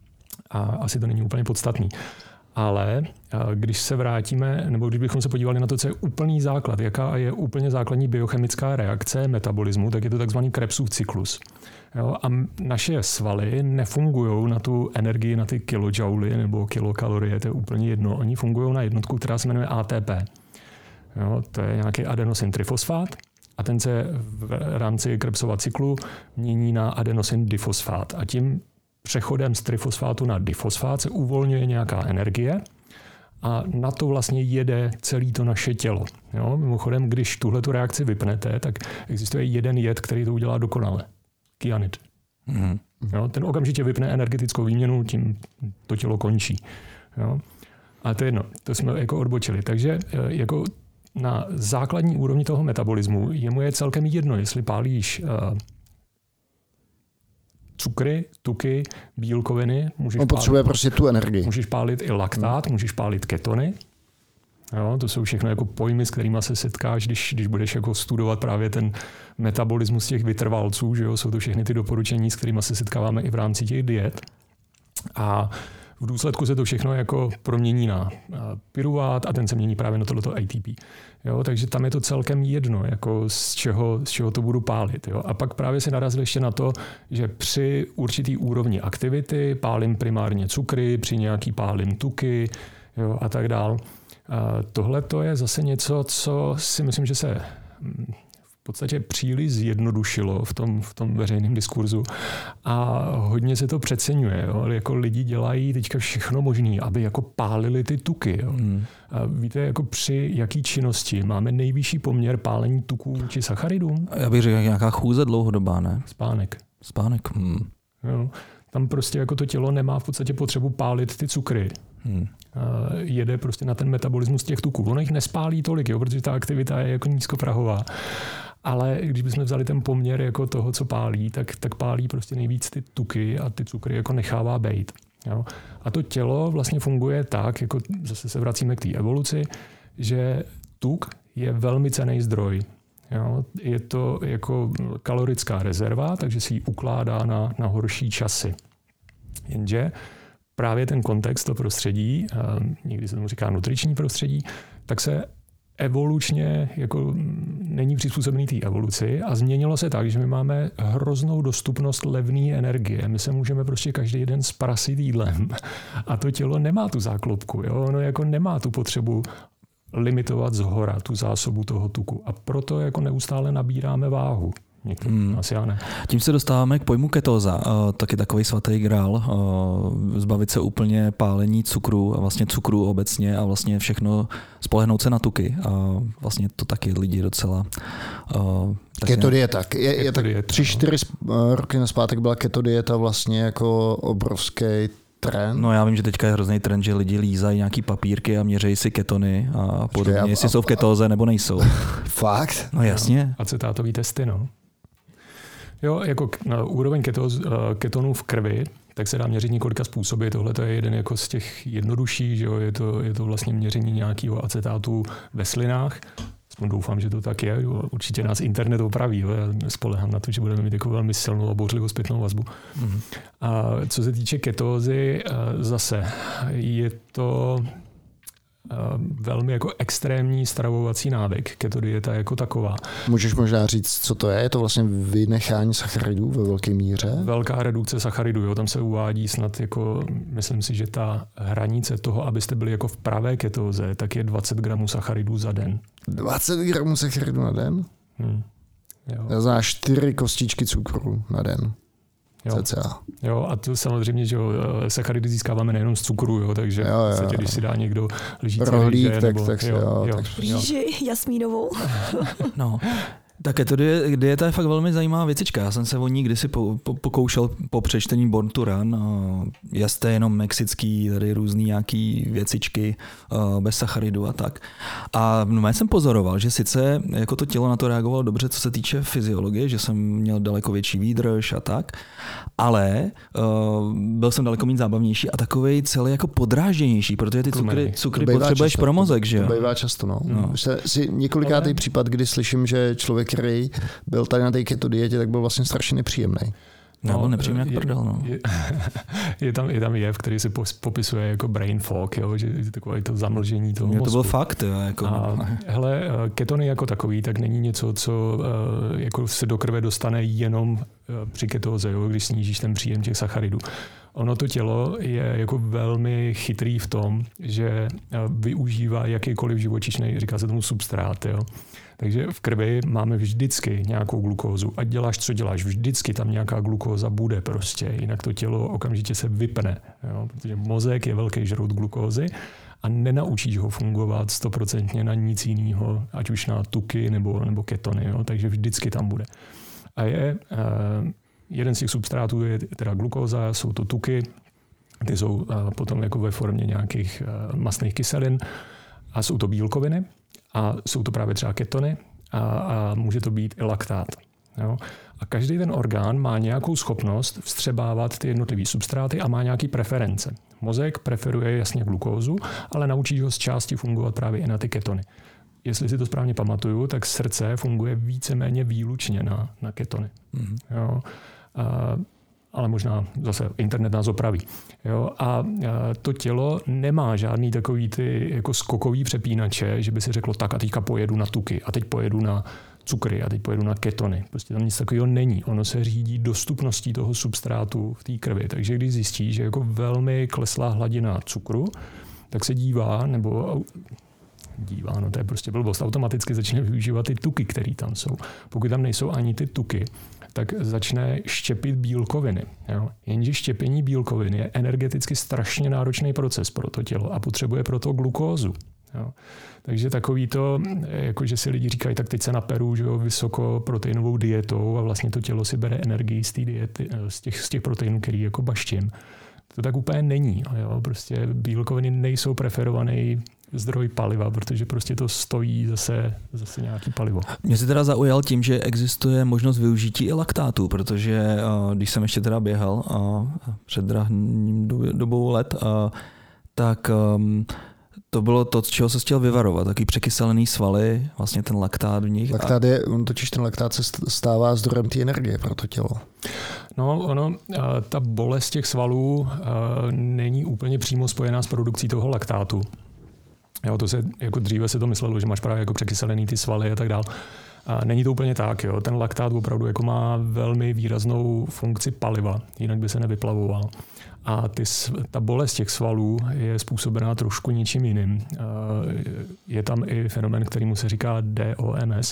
A asi to není úplně podstatný. Ale když se vrátíme, nebo když bychom se podívali na to, co je úplný základ, jaká je úplně základní biochemická reakce metabolismu, tak je to takzvaný Krebsův cyklus. Jo, a naše svaly nefungují na tu energii, na ty kilojouly nebo kilokalorie, to je úplně jedno. Oni fungují na jednotku, která se jmenuje A T P. Jo, to je nějaký adenosin trifosfát a ten se v rámci Krebsova cyklu mění na adenosin difosfát. A tím přechodem z trifosfátu na difosfát se uvolňuje nějaká energie a na to vlastně jede celé to naše tělo. Jo, mimochodem, když tuhletu reakci vypnete, tak existuje jeden jed, který to udělá dokonale. Kyanid. Mm. Jo, ten okamžitě vypne energetickou výměnu, tím to tělo končí. Jo. A to je jedno, to jsme jako odbočili. Takže jako na základní úrovni toho metabolismu jemu je celkem jedno, jestli pálíš uh, cukry, tuky, bílkoviny. On potřebuje pálit, prostě tu energii. Můžeš pálit i laktát, hmm. můžeš pálit ketony. Jo, to jsou všechno jako pojmy, s kterými se setkáš, když, když budeš jako studovat právě ten metabolismus těch vytrvalců. Že jo? Jsou to všechny ty doporučení, s kterými se setkáváme i v rámci těch diet. A v důsledku se to všechno jako promění na pyruvát a ten se mění právě na tohleto A T P. Jo, takže tam je to celkem jedno, jako z čeho, z čeho to budu pálit. Jo. A pak právě se narazil ještě na to, že při určitý úrovni aktivity pálím primárně cukry, při nějaký pálím tuky, jo, a tak dál. Tohle to je zase něco, co si myslím, že se v podstatě příliš zjednodušilo v tom, v tom veřejném diskurzu a hodně se to přeceňuje. Jo? Jako lidi dělají teďka všechno možné, aby jako pálili ty tuky. Jo? Hmm. A víte, jako při jaký činnosti máme nejvyšší poměr pálení tuků či sacharidům? Já bych řekl, nějaká chůze dlouhodobá, ne? Spánek. Spánek. Hmm. Jo? Tam prostě jako to tělo nemá v podstatě potřebu pálit ty cukry. Hmm. Jede prostě na ten metabolismus těch tuků. Ono jich nespálí tolik, jo? Protože ta aktivita je jako nízkoprahová. Ale když bychom vzali ten poměr jako toho, co pálí, tak, tak pálí prostě nejvíc ty tuky a ty cukry jako nechává bejt. Jo? A to tělo vlastně funguje tak, jako zase se vracíme k té evoluci, že tuk je velmi cenný zdroj. Jo? Je to jako kalorická rezerva, takže si ji ukládá na, na horší časy. Jenže právě ten kontext, to prostředí, někdy se tomu říká nutriční prostředí, tak se evolučně jako není přizpůsobený té evoluci a změnilo se tak, že my máme hroznou dostupnost levné energie. My se můžeme prostě každý den sprasit jídlem a to tělo nemá tu záklopku. Jo? Ono jako nemá tu potřebu limitovat zhora tu zásobu toho tuku a proto jako neustále nabíráme váhu. Někdo, hmm. asi já ne. Tím se dostáváme k pojmu ketóza, uh, taky takový svatý grál, uh, zbavit se úplně pálení cukru a vlastně cukru obecně a vlastně všechno spolehnout se na tuky a vlastně to taky lidi docela... Uh, keto dieta. Je, je tak tři, čtyři no. roky naspátek byla keto dieta vlastně jako obrovský trend. No já vím, že teďka je hrozný trend, že lidi lízají nějaký papírky a měřejí si ketony a podobně, jestli a, jsou v ketóze nebo nejsou. Fakt? No jasně. No, acetátový testy, no. Jo, jako na úroveň ketos, ketonů v krvi, tak se dá měřit několika způsoby. Tohle je jeden jako z těch jednodušších, že jo? Je to, je to vlastně měření nějakého acetátu ve slinách. aspoň doufám, že to tak je, určitě nás internet opraví, jo? Já spolehám na to, že budeme mít jako velmi silnou a bouřlivou zpětnou vazbu. Mm. A co se týče ketózy, zase je to velmi jako extrémní stravovací návyk, keto dieta jako taková. Můžeš možná říct, co to je? Je to vlastně vynechání sacharidů ve velké míře? Velká redukce sacharidů, jo. Tam se uvádí snad jako, myslím si, že ta hranice toho, abyste byli jako v pravé ketóze, tak je dvacet gramů sacharidů za den. dvacet gramů sacharidů na den? Hmm. Jo. Já znám čtyři kostičky cukru na den. Jo. jo, a to samozřejmě, že jo, sacharidy získáváme nejenom z cukru, jo, takže jo, jo. Vlastně, když si dá někdo lžící rohlík, rýže, tak, nebo, tak, jo, jo, jo, tak rýži jasmínovou. No. Tak to dieta je fakt velmi zajímavá věcička. Já jsem se o ní kdysi po, po, pokoušel po přečtení Born to Run. Jeste jenom mexický, tady různý nějaký věcičky bez sacharidu a tak. A já jsem pozoroval, že sice jako to tělo na to reagovalo dobře, co se týče fyziologie, že jsem měl daleko větší výdrž a tak, ale uh, byl jsem daleko méně zábavnější a takovej celý jako podrážděnější, protože ty cukry, cukry potřebuješ často, pro mozek, že jo? To bývá často, no. no. Si několikátý ale... případ, kdy slyším, že člověk, který byl tady na té keto dietě, tak byl vlastně strašně nepříjemný. No, no byl nepříjemný jak prdel, no. Je, je, tam, je tam jev, který se popisuje jako brain fog, jo, že je takové to zamlžení toho mozku. To byl fakt, jo. Jako... A, hele, ketony jako takový, tak není něco, co jako se do krve dostane jenom při ketóze, jo, když snížíš ten příjem těch sacharidů. Ono to tělo je jako velmi chytrý v tom, že využívá jakýkoliv živočišný, říká se tomu substrát, jo. Takže v krvi máme vždycky nějakou glukózu. Ať děláš, co děláš, vždycky tam nějaká glukóza bude prostě, jinak to tělo okamžitě se vypne. Jo? Protože mozek je velký žrout glukózy a nenaučíš ho fungovat stoprocentně na nic jiného, ať už na tuky nebo, nebo ketony. Jo? Takže vždycky tam bude. A je, eh, jeden z těch substrátů je teda glukóza, jsou to tuky, ty jsou eh, potom jako ve formě nějakých eh, mastných kyselin a jsou to bílkoviny. A jsou to právě třeba ketony a, a může to být i laktát. Jo? A každý ten orgán má nějakou schopnost vstřebávat ty jednotlivé substráty a má nějaké preference. Mozek preferuje jasně glukózu, ale naučí ho z části fungovat právě i na ty ketony. Jestli si to správně pamatuju, tak srdce funguje víceméně výlučně na, na ketony. Mm-hmm. Jo? A, ale možná zase internet nás opraví. Jo? A to tělo nemá žádný takový ty jako skokový přepínače, že by si řeklo tak a teďka pojedu na tuky a teď pojedu na cukry a teď pojedu na ketony. Prostě tam nic takového není. Ono se řídí dostupností toho substrátu v té krvi. Takže když zjistí, že jako velmi kleslá hladina cukru, tak se dívá, nebo dívá, no to je prostě blbost, automaticky začne využívat ty tuky, které tam jsou. Pokud tam nejsou ani ty tuky, tak začne štěpit bílkoviny. Jo? Jenže štěpení bílkovin je energeticky strašně náročný proces pro to tělo a potřebuje proto glukózu. Jo? Takže takový to, jako že si lidi říkají, tak teď se naperu, že jo, vysokoproteinovou dietou a vlastně to tělo si bere energii z té diety, z těch, z těch proteinů, který jako baštím. To tak úplně není. Jo? Prostě bílkoviny nejsou preferovaný zdroj paliva, protože prostě to stojí zase, zase nějaký palivo. Mě se teda zaujal tím, že existuje možnost využití i laktátu, protože když jsem ještě teda běhal před drahým dobou let, tak to bylo to, z čeho se chtěl vyvarovat. Takový překyselený svaly, vlastně ten laktát v nich. Laktát je, on totiž ten laktát se stává zdrojem té energie pro to tělo. No, ono, ta bolest těch svalů není úplně přímo spojená s produkcí toho laktátu. Jo, to se, jako dříve se to myslelo, že máš právě jako překyselený ty svaly a tak dál. A není to úplně tak. Jo. Ten laktát opravdu jako má velmi výraznou funkci paliva, jinak by se nevyplavoval. A ty, ta bolest těch svalů je způsobená trošku něčím jiným. Je tam i fenomén, kterýmu se říká D O M S,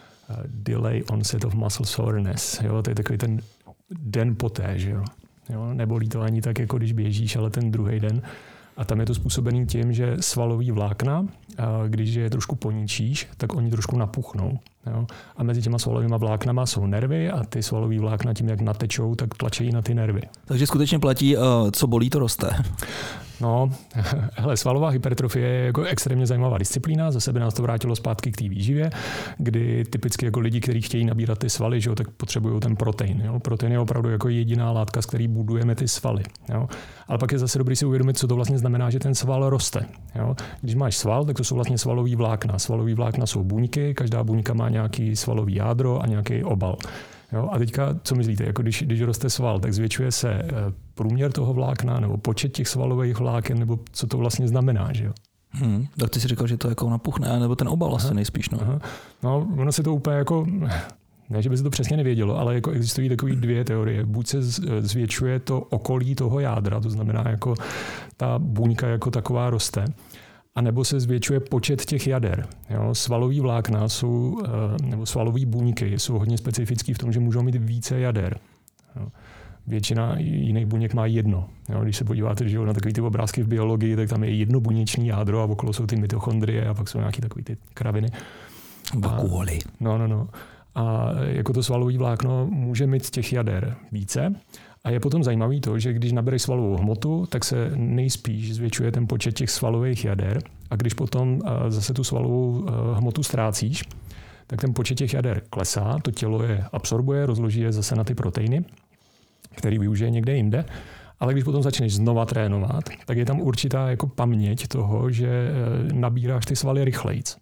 Delay Onset of Muscle Soreness. Jo. To je takový ten den poté, že jo. Jo. Nebolí to ani tak, jako když běžíš, ale ten druhý den. A tam je to způsobený tím, že svalový vlákna, když je trošku poníčíš, tak oni trošku napuchnou. Jo? A mezi těma svalovými vláknama jsou nervy a ty svalový vlákna tím, jak natečou, tak tlačí na ty nervy. Takže skutečně platí, co bolí, to roste. No, hele, svalová hypertrofie je jako extrémně zajímavá disciplína, zase by nás to vrátilo zpátky k té výživě, kdy typicky jako lidi, kteří chtějí nabírat ty svaly, že jo, tak potřebují ten protein. Jo? Protein je opravdu jako jediná látka, z který budujeme ty svaly. Jo? Ale pak je zase dobrý si uvědomit, co to vlastně znamená, že ten sval roste. Jo? Když máš sval, tak to to jsou vlastně svalový vlákna. Svalový vlákna jsou buňky, každá buňka má nějaký svalový jádro a nějaký obal. Jo, a teďka, co myslíte, jako když, když roste sval, tak zvětšuje se průměr toho vlákna nebo počet těch svalových vláken, nebo co to vlastně znamená, že jo? Hmm, tak ty si říkal, že to jako napuchne, nebo ten obal asi nejspíš. No. Aha. No, ono se to úplně jako, ne, že by se to přesně nevědělo, ale jako existují takové dvě teorie. Buď se zvětšuje to okolí toho jádra, to znamená jako ta buňka jako taková roste, a nebo se zvětšuje počet těch jader. Jo, svalový vlákna jsou, nebo svalový buňky jsou hodně specifický v tom, že můžou mít více jader. Jo. Většina jiných buněk má jedno. Jo, když se podíváte že na takové ty obrázky v biologii, tak tam je jednobuněčný jádro a okolo jsou ty mitochondrie a pak jsou nějaké takové ty kraviny. Vakuoly. No, no, no. A jako to svalový vlákno může mít těch jader více. A je potom zajímavý to, že když nabereš svalovou hmotu, tak se nejspíš zvětšuje ten počet těch svalových jader. A když potom zase tu svalovou hmotu ztrácíš, tak ten počet těch jader klesá, to tělo je absorbuje, rozloží je zase na ty proteiny, který využije někde jinde. Ale když potom začneš znova trénovat, tak je tam určitá jako paměť toho, že nabíráš ty svaly rychlejc.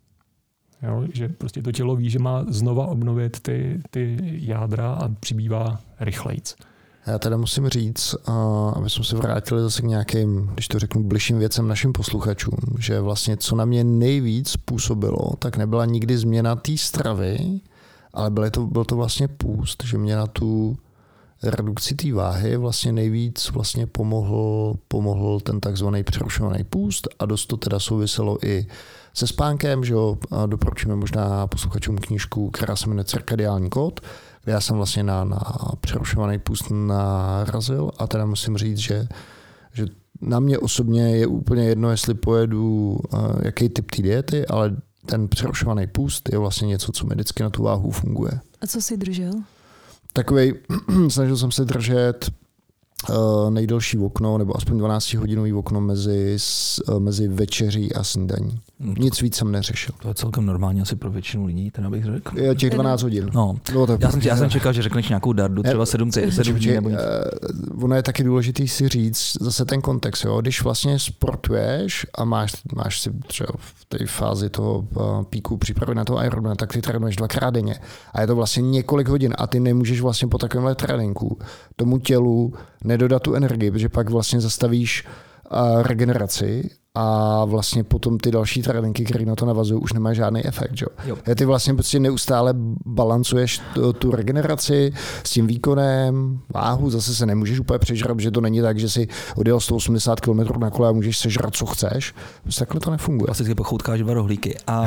Jo, že prostě to tělo ví, že má znova obnovit ty, ty jádra a přibývá rychlejc. Já teda musím říct, aby jsme se vrátili zase k nějakým, když to řeknu, bližším věcem našim posluchačům, že vlastně co na mě nejvíc působilo, tak nebyla nikdy změna té stravy, ale byl to, byl to vlastně půst, že mě na tu redukci té váhy vlastně nejvíc vlastně pomohl, pomohl ten takzvaný přerušovaný půst a dost to teda souviselo i se spánkem, že jo, doporučíme možná posluchačům knížku, která se jmenuje Cirkadiální kód, kde já jsem vlastně na, na přerušovaný půst narazil a teda musím říct, že, že na mě osobně je úplně jedno, jestli pojedu uh, jaký typ té diety, ale ten přerušovaný půst je vlastně něco, co mi vždycky na tu váhu funguje. A co jsi držel? Takovej, snažil jsem se držet uh, nejdelší okno, nebo aspoň dvanáctihodinový okno mezi, uh, mezi večeří a snídaní. No, Nic víc jsem neřešil. To je celkem normálně asi pro většinu lidí, teda bych řekl. Je těch dvanáct hodin. No, no tak já, jsem, já jsem čekal, že řekneš nějakou dardu, třeba sedm dní nebo nic. Uh, ono je taky důležitý si říct zase ten kontext. Jo? Když vlastně sportuješ a máš, máš si třeba v té fázi toho uh, píku přípravy na toho Ironmana, tak ty trénuješ dvakrát denně. A je to vlastně několik hodin a ty nemůžeš vlastně po takovémhle tréninku tomu tělu nedodat tu energii, protože pak vlastně zastavíš uh, regeneraci a vlastně potom ty další tréninky, které na to navazují, už nemají žádný efekt. Jo? Ty vlastně prostě neustále balancuješ tu, tu regeneraci s tím výkonem, váhu, zase se nemůžeš úplně přežrat, že to není tak, že si odjel sto osmdesát kilometrů na kole a můžeš sežrat, co chceš. Prostě takhle to nefunguje. Klasicky pochoutkáš dva rohlíky. A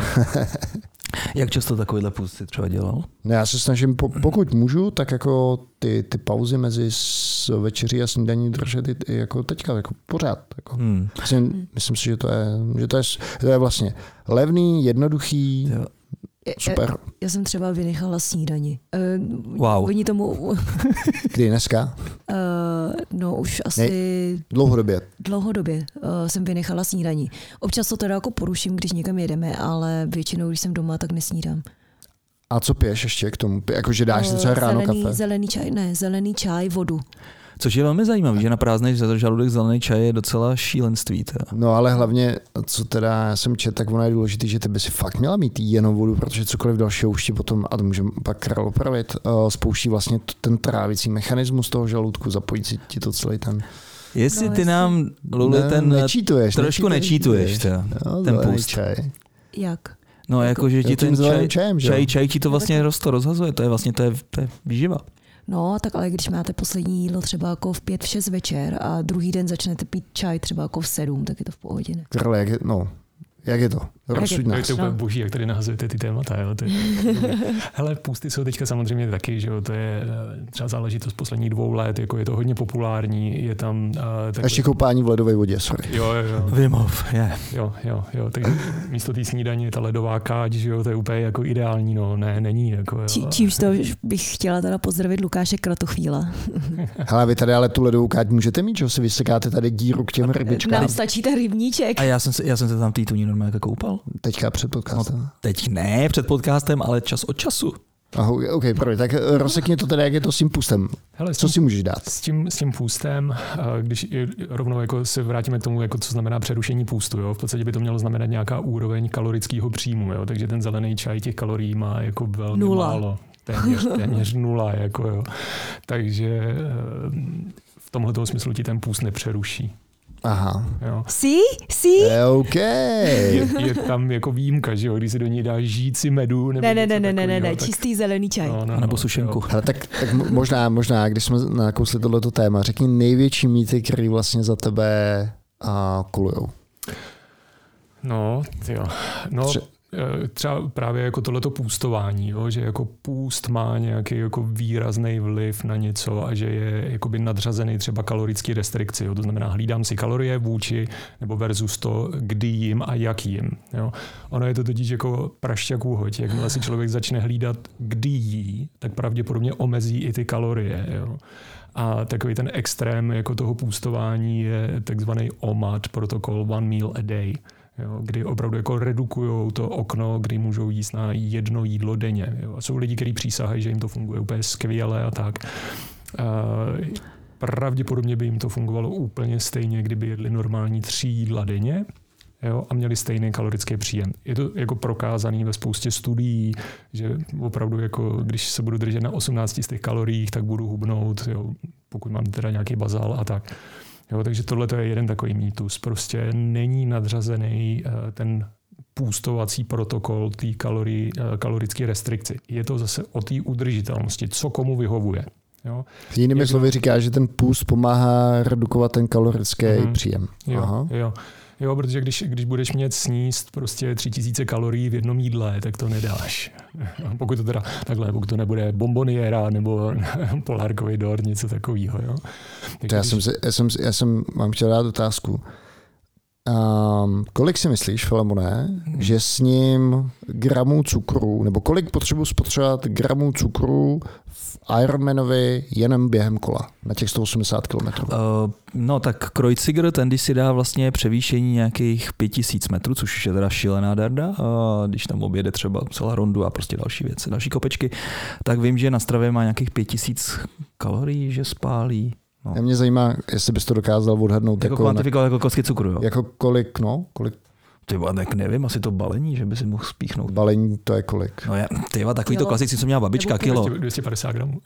jak často takovýhle půst si třeba dělal? Ne, já se snažím, pokud můžu, tak jako ty, ty pauzy mezi večeří a snídaní držet i, i jako teďka, jako pořád. Jako. Hmm. Myslím, myslím si, že to je, že to je, to je vlastně levný, jednoduchý, jo. Super. Já, já jsem třeba vynechala snídani. Uh, wow. Oni tomu... Kdy dneska? Uh, no už asi... Ne, dlouhodobě. Dlouhodobě uh, jsem vynechala snídani. Občas to teda jako poruším, když někam jedeme, ale většinou, když jsem doma, tak nesnídám. A co piješ ještě k tomu? Jakože dáš si třeba ráno zelený, kafe? Zelený čaj, ne, zelený čaj, vodu. Což je velmi zajímavé, že na prázdný žaludek zelený čaj je docela šílenství. Teda. No ale hlavně, co teda já jsem čet, tak ono je důležité, že ty by si fakt měla mít jenom vodu, protože cokoliv dalšího už ti potom, a to můžeme pak král opravit, uh, spouští vlastně ten trávicí mechanismus toho žaludku, zapojí si ti to celý ten... Jestli no, ty nám, Luli, ne, ten nečítuješ, trošku nečítuješ, no, ten půst. Čaj. Jak? No jako, že ti ten čaj, čajem, čaj, čaj ti to vlastně rosto rozhazuje, to je vlastně to je, to je výživa. No, tak ale když máte poslední jídlo třeba jako v pět, v šest večer a druhý den začnete pít čaj třeba jako v sedm, tak je to v pohodě. Ne? Karle, jak je, no, jak je to? Rozsuď nás. To je úplně boží, jak tady nahazujete ty témata. Jo? To je... Hele, půsty jsou teďka samozřejmě taky, že jo? To je třeba záležitost posledních dvou let, jako je to hodně populární, je tam... Uh, takhle... Ještě koupání v ledové vodě, sorry. Jo, jo, jo. Wim Hof, yeah. Jo, jo, jo, takže místo té snídaně ta ledová káč, že jo, to je úplně jako ideální, no, ne, není. Jako, jo. Či, čímž to bych chtěla teda pozdravit Lukáše Kratochvíla. Hele, vy tady ale tu ledovou káč můžete mít, že si vysekáte tady díru k těm rybičkám. Nám stačí ten rybníček. A já jsem se, já jsem se tam tý tuní normálně koupal. Teďka před podcastem. No, teď ne před podcastem, ale čas od času. Aha, ok, promiň, tak rozsekni to teda, jak je to s tím půstem. Hele, s tím, co si můžeš dát? S tím, s tím půstem, když rovnou jako se vrátíme k tomu, jako co znamená přerušení půstu, jo? V podstatě by to mělo znamenat nějaká úroveň kalorického příjmu, jo? Takže ten zelený čaj těch kalorií má jako velmi nula. málo. Téměř, téměř nula. Jako, jo. Takže v tomhle smyslu ti ten půst nepřeruší. Aha. Jo. Sí? Sí? OK. Je, je tam jako výjimka, že jo, když si do ní dáš žíci medu. Nebo ne, ne, ne, ne, ne, ne, ne, tak... čistý zelený čaj. No, no, nebo no, sušenku. Hele, tak, tak možná, možná, když jsme nakousli tohleto téma, řekni největší mýty, který vlastně za tebe a kolujou. No, jo. No, Tře- třeba právě jako tohleto půstování, jo, že jako půst má nějaký jako výrazný vliv na něco a že je jakoby nadřazený třeba kalorický restrikci. Jo. To znamená, hlídám si kalorie vůči nebo versus to, kdy jím a jak jím. Jo. Ono je to totiž jako prašťak úhoď. Jakmile si člověk začne hlídat, kdy jí, tak pravděpodobně omezí i ty kalorie. Jo. A takový ten extrém jako toho půstování je takzvaný O M A D, protokol One Meal a Day. Jo, kdy opravdu jako redukujou to okno, kdy můžou jíst na jedno jídlo denně. Jo. A jsou lidi, kteří přísahají, že jim to funguje úplně skvěle a tak. Uh, pravděpodobně by jim to fungovalo úplně stejně, kdyby jedli normální tři jídla denně, jo, a měli stejný kalorický příjem. Je to jako prokázaný ve spoustě studií, že opravdu jako, když se budu držet na osmnácti z těch kaloriích, tak budu hubnout, jo, pokud mám teda nějaký bazál a tak. Jo, takže tohle je jeden takový mýtus. Prostě není nadřazený ten půstovací protokol té kalorii, kalorické restrikci. Je to zase o té udržitelnosti, co komu vyhovuje. Jo. Jinými Jak slovy říká, že ten půst pomáhá redukovat ten kalorický mm-hmm. příjem. Jo, Aha. jo. Jo, protože když, když budeš mít sníst prostě tři tisíce kalorií v jednom jídle, tak to nedáš. Pokud to teda takhle, pokud to nebude bomboniera nebo polárkový dort, něco takového. Jo. Tak já, když... jsem si, já, jsem, já jsem mám chtěl dát otázku. Um, kolik si myslíš, Filemone, hmm. že s ním gramů cukru, nebo kolik potřebuji spotřebovat gramů cukru v Ironmanovi jenom během kola na těch sto osmdesát kilometrů? Uh, no tak Kreuziger, ten když si dá vlastně převýšení nějakých pět tisíc metrů, což je teda šílená darda, uh, když tam objede třeba celá rondu a prostě další věci, další kopečky, tak vím, že na stravě má nějakých pět tisíc kalorií, že spálí. No. A mě zajímá, jestli bys to dokázal odhadnout. Jako, jako kvantifikovat jako kostky cukru, jo? Jako kolik, no? Kolik? Ty tak nevím, asi to balení, že by si mohl spíchnout. Balení to je kolik? No já, ty takový to klasický, co měla babička, kilo. dvě stě padesát gramů.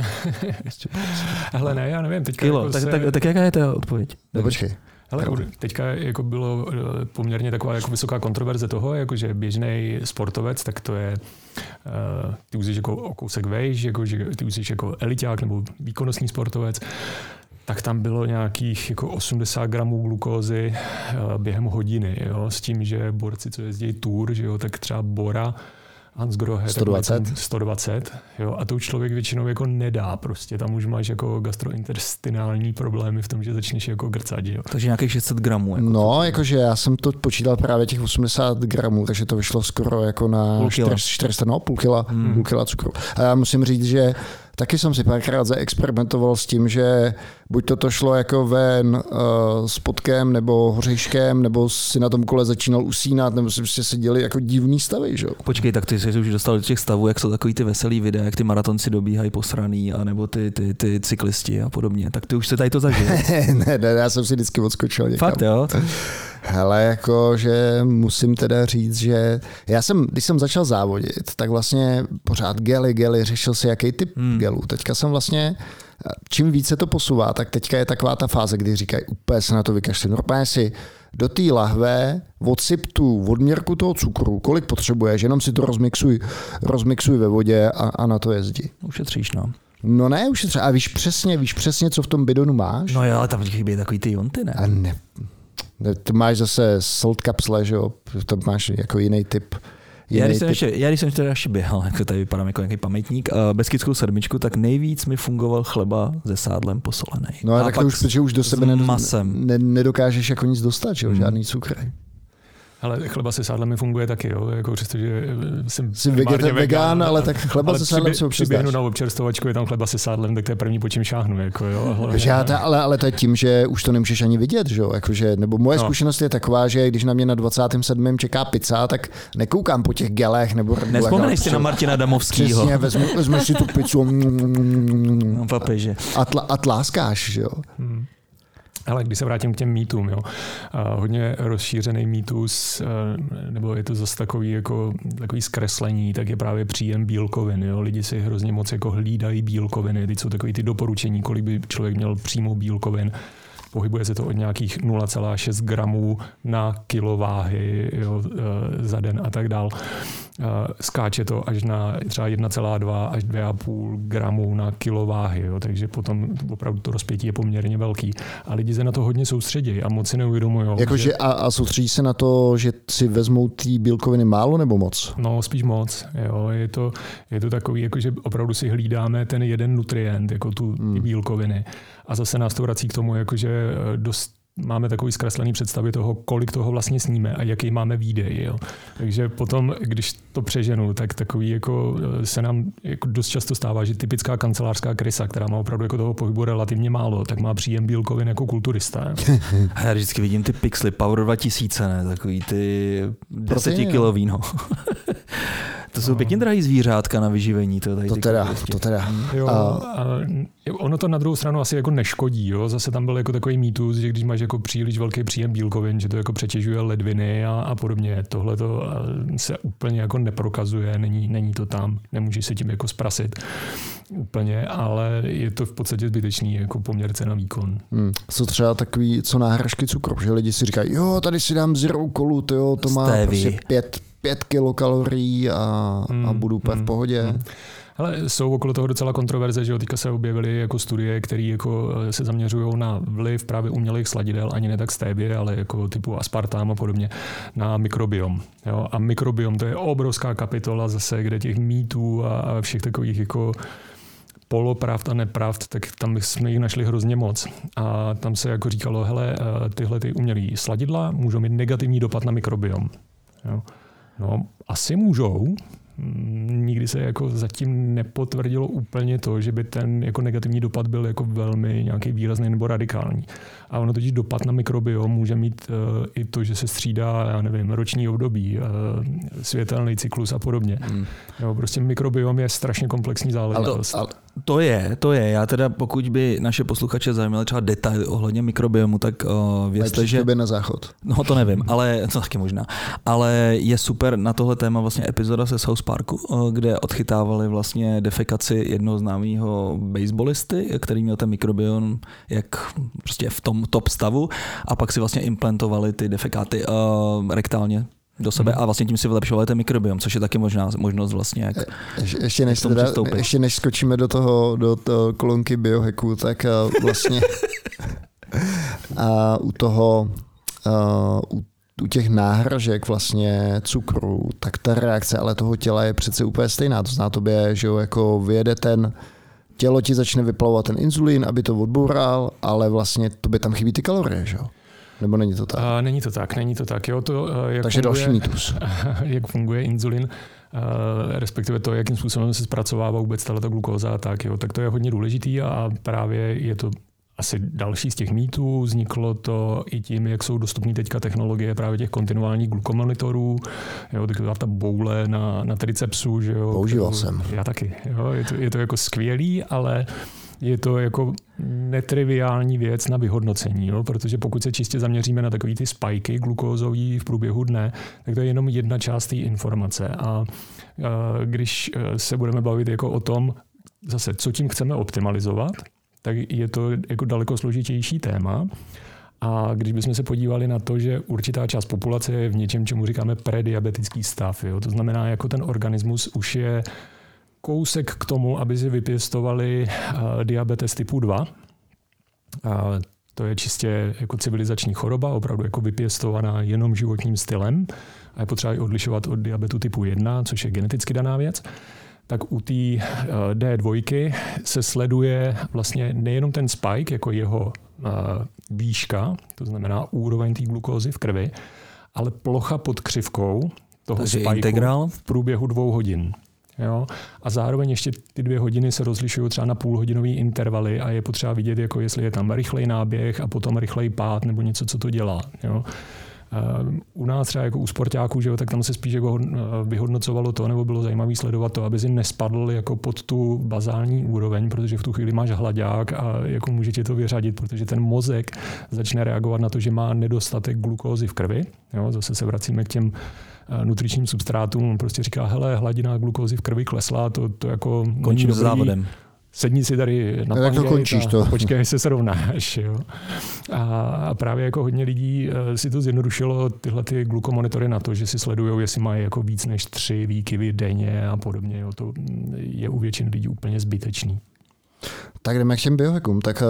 Hele, ne, já nevím. Teďka kilo, jako tak, se... tak, tak jaká je ta odpověď? No počkej. Hele, teďka jako bylo poměrně taková jako vysoká kontroverze toho, jako že běžný sportovec, tak to je, uh, ty už jsi jako o kousek vejš, jako, že ty už jsi jako eliťák nebo výkonnostní sportovec, tak tam bylo nějakých jako osmdesát gramů glukózy uh, během hodiny, jo, s tím, že borci, co jezdí Tour, že jo, tak třeba Bora, Hans Grohe, sto dvacet. sto dvacet, jo, a to už člověk většinou jako nedá prostě, tam už máš jako gastrointestinální problémy v tom, že začneš jako grcat, jo. Takže nějakých šest set gramů. Jako no, jakože já jsem to počítal právě těch osmdesát gramů, takže to vyšlo skoro jako na čtyři sta, no, půl kila, hmm. půl kila cukru. A já musím říct, že taky jsem si párkrát zaexperimentoval s tím, že buď to šlo jako ven uh, s potkem nebo hořejškem, nebo si na tom kole začínal usínat, nebo si prostě se děli jako divný stavy, že jo. Počkej, tak ty jsi už dostal do těch stavů, jak jsou takový ty veselý videa, jak ty maratonci dobíhají posraný, anebo ty, ty, ty cyklisti a podobně. Tak ty už se tady to zažil. ne, ne, já jsem si vždycky odskočil někam. Fakt, jo? Hele, jako, že musím teda říct, že já jsem, když jsem začal závodit, tak vlastně pořád gely, gely, řešil si jaký typ hmm. gelů. Teďka jsem vlastně, čím více to posouvá, tak teďka je taková ta fáze, kdy říkají, úplně se na to vykašli. Normálně si do té lahve odsyp tu odměrku toho cukru, kolik potřebuješ, jenom si to rozmixuj, rozmixuj ve vodě a, a na to jezdí. Ušetříš, no. No ne, ušetříš. A víš přesně, víš přesně, co v tom bidonu máš? No jo, ale tam chybí takový ty jonty, ne? A ne. To máš zase salt kapsle, že jo? To máš jako jiný typ. Já když, jsem ještě, já když jsem teda ještě běhal, jak tady vypadám jako nějaký pamětník, uh, Beskidskou sedmičku, tak nejvíc mi fungoval chleba se sádlem posolený. No a, a tak to už, protože už do sebe nedo, masem. Ne, nedokážeš jako nic dostat, že jo? Hmm. Žádný cukr. Ale chleba se sádlem mi funguje taky, jo, jako přestože jsem Jsi vegán, vegán, ale tak chleba ale se sádlem se občas přiběhnu na občerstvovačku, je tam chleba se sádlem, tak to je první, po čím šáhnu. Jako, jo. Já ta, ale, ale to je tím, že už to nemůžeš ani vidět, že jo, jakože, nebo moje no. zkušenost je taková, že když na mě na dvacátém sedmém čeká pizza, tak nekoukám po těch gelech nebo nevzpomeneš si na Martina Damovskýho. Přesně, vezmu, vezmu si tu pizzu no, papeže. A, tla, a tláskáš, že jo. Hmm. Ale když se vrátím k těm mýtům, jo. A hodně rozšířený mýtus, nebo je to zase takový, jako, takový zkreslení, tak je právě příjem bílkovin. Jo. Lidi si hrozně moc jako hlídají bílkoviny. Teď jsou takový ty doporučení, kolik by člověk měl příjmu bílkovin. Pohybuje se to od nějakých nula celá šest gramů na kilo váhy, jo, za den a tak dál. Skáče to až na třeba jedna celá dva až dva celá pět gramů na kilo váhy, jo, takže potom opravdu to rozpětí je poměrně velký. A lidi se na to hodně soustředí a moc si neuvědomují. Jakože že... a, a soustředí se na to, že si vezmou ty bílkoviny málo nebo moc? No, spíš moc. Jo. Je, to, je to takový, jakože opravdu si hlídáme ten jeden nutrient, jako tu hmm. ty bílkoviny. A zase nás to vrací k tomu, jakože dost máme takový zkreslený představy toho, kolik toho vlastně sníme a jaký máme výdej. Jo. Takže potom, když to přeženu, tak takový jako se nám jako dost často stává, že typická kancelářská krysa, která má opravdu jako toho pohybu relativně málo, tak má příjem bílkovin jako kulturista. A já vždycky vidím ty pixely, Power dva tisíce, ne? Takový ty desetikilový, no. To jsou no. pěkně drahý zvířátka na vyživení. To, tady to teda, to teda. Jo, a ono to na druhou stranu asi jako neškodí. Jo? Zase tam byl jako takový mýtus, že když máš jako příliš velký příjem bílkovin, že to jako přetěžuje ledviny a, a podobně. Tohle to se úplně jako neprokazuje, není, není to tam, nemůžeš se tím jako zprasit úplně, ale je to v podstatě zbytečný jako poměr cena výkon. Hmm. Jsou třeba takový, co náhražky cukru, že lidi si říkají, jo, tady si dám zero kolu, to, to má prostě pět, pět kilokalorií a, hmm. a budu úplně hmm. v pohodě. Hmm. Ale jsou okolo toho docela kontroverze, že jo, teďka se objevily jako studie, které jako se zaměřují na vliv právě umělých sladidel, ani ne tak stevie, ale jako typu aspartam a podobně, na mikrobiom. Jo. A mikrobiom, to je obrovská kapitola zase, kde těch mýtů a všech takových jako polopravd a nepravd, tak tam jsme jich našli hrozně moc. A tam se jako říkalo, hele, tyhle ty umělý sladidla můžou mít negativní dopad na mikrobiom. Jo. No, asi můžou. Nikdy se jako zatím nepotvrdilo úplně to, že by ten jako negativní dopad byl jako velmi nějaký výrazný nebo radikální. A ono totiž dopad na mikrobiom může mít uh, i to, že se střídá, já nevím, roční období, uh, světelný cyklus a podobně. Hmm. Jo, prostě mikrobiom je strašně komplexní záležitost. Ale, ale to je, to je. Já teda, pokud by naše posluchače zajímaly třeba detaily ohledně mikrobiomu, tak uh, vězte, že... na záchod. No to nevím, ale to taky možná. Ale je super na tohle téma vlastně epizoda se South Parku, uh, kde odchytávali vlastně defekaci jednoho známého baseballisty, který měl ten mikrobiom jak prostě v tom top stavu a pak si vlastně implantovali ty defekáty uh, rektálně do sebe a vlastně tím si vylepšovali ten mikrobiom, což je taky možná možnost vlastně jak Je, ještě, než teda, ještě než skočíme do toho, do toho kolonky biohacku, tak uh, vlastně a u toho uh, u, u těch náhražek vlastně cukru, tak ta reakce ale toho těla je přece úplně stejná. To zná tobě, že jo, jako vyjede ten tělo ti začne vyplavovat ten inzulín, aby to odboural, ale vlastně tobě tam chybí ty kalorie, že jo? Nebo není to tak? A, není to tak, není to tak. Jo, to, jak Takže funguje, další mýtus. Jak funguje inzulin, respektive to, jakým způsobem se zpracovává vůbec tato glukóza, tak, jo, tak to je hodně důležitý a právě je to asi další z těch mýtů. Vzniklo to i tím, jak jsou dostupné teďka technologie právě těch kontinuálních glukomonitorů. Jo, taková ta boule na, na tricepsu. Že jo, Používal jsem. Já taky. Jo, je, to, je to jako skvělý, ale je to jako netriviální věc na vyhodnocení, jo? Protože pokud se čistě zaměříme na takové ty spajky glukózový v průběhu dne, tak to je jenom jedna část té informace. A, a když se budeme bavit jako o tom, zase, co tím chceme optimalizovat, tak je to jako daleko složitější téma. A když bychom se podívali na to, že určitá část populace je v něčem, čemu říkáme prediabetický stav, jo? To znamená, jako ten organismus už je kousek k tomu, aby si vypěstovali uh, diabetes typu dva. A to je čistě jako civilizační choroba, opravdu jako vypěstovaná jenom životním stylem. A je potřeba ji odlišovat od diabetu typu jedna, což je geneticky daná věc. Tak u té uh, D dva se sleduje vlastně nejenom ten spike, jako jeho uh, výška, to znamená úroveň té glukózy v krvi, ale plocha pod křivkou toho Takže spajku integrál v průběhu dvou hodin. Jo? A zároveň ještě ty dvě hodiny se rozlišují třeba na půlhodinový intervaly a je potřeba vidět, jako jestli je tam rychlej náběh a potom rychlej pád nebo něco, co to dělá. Jo? U nás třeba jako u sportáků, že jo, tak tam se spíš jako vyhodnocovalo to, nebo bylo zajímavé sledovat to, aby si nespadl jako pod tu bazální úroveň, protože v tu chvíli máš hlaďák a jako může tě to vyřadit, protože ten mozek začne reagovat na to, že má nedostatek glukózy v krvi. Jo, zase se vracíme k těm nutričním substrátům. On prostě říká, hele, hladina glukózy v krvi klesla, to, to jako končím s závodem. Sedni si tady na pangejt a to. počkej, se srovnáš. Jo. A právě jako hodně lidí si to zjednodušilo tyhle ty glukomonitory na to, že si sledujou, jestli mají jako víc než tři výkyvy denně a podobně. Jo. To je u většiny lidí úplně zbytečný. Tak jdeme k těm biohackům. Tak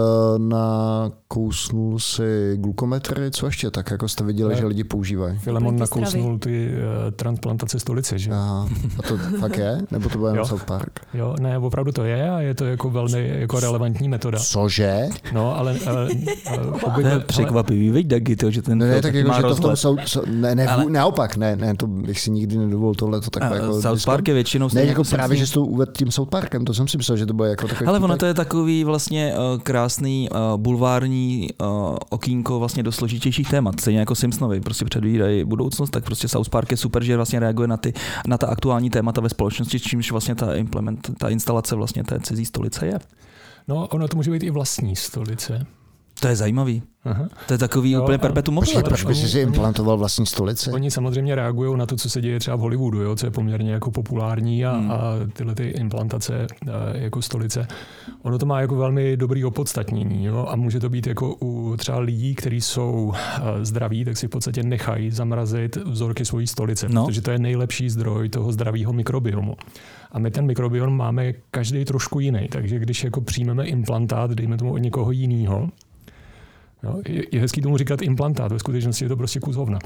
nakousnul si glukometry, co ještě? Tak jako jste viděli, ne, že lidi používají. Filemon nakousnul ty uh, transplantace stolice, že? Aha. A to fakt je? Nebo to bude jenom South Park? Jo, ne, opravdu to je a je to jako velmi jako relevantní metoda. Cože? No, ale... Uh, uh, to je překvapivý, viď, Dagi, to, že ten... Ne, ne tak jako, že to v tom jsou... Ne, ne, ale... naopak, ne, ne, to bych si nikdy nedovolil tohle. To tak jako... South Park je většinou... Ne, jako právě, že jsi uvedl tím South Parkem, to jsem si myslel, že to bude jako takový... Ale ono to je takový vlastně uh, krásný uh, bulvární uh, okýnko vlastně do složitějších témat. Stejně jako Simpsonovi prostě předvídají budoucnost, tak prostě South Park je super, že vlastně reaguje na, ty, na ta aktuální témata ve společnosti, čímž vlastně ta implement, ta instalace vlastně té cizí stolice je. No, ono to může být i vlastní stolice. To je zajímavý. Aha. To je takový jo, úplně perpetuum mobile. Proč by si si implantoval vlastní stolici? Oni samozřejmě reagují na to, co se děje třeba v Hollywoodu, jo, co je poměrně jako populární a, hmm. a tyhle ty implantace jako stolice. Ono to má jako velmi dobrý opodstatnění, jo, a může to být jako u třeba lidí, kteří jsou zdraví, tak si v podstatě nechají zamrazit vzorky svojí stolice, no. protože to je nejlepší zdroj toho zdravého mikrobiomu. A my ten mikrobiom máme každý trošku jiný, takže když jako přijmeme implantát, dejme tomu od někoho jiného, jo, je, je hezký tomu říkat implantát, ve skutečnosti je to prostě kus hovna.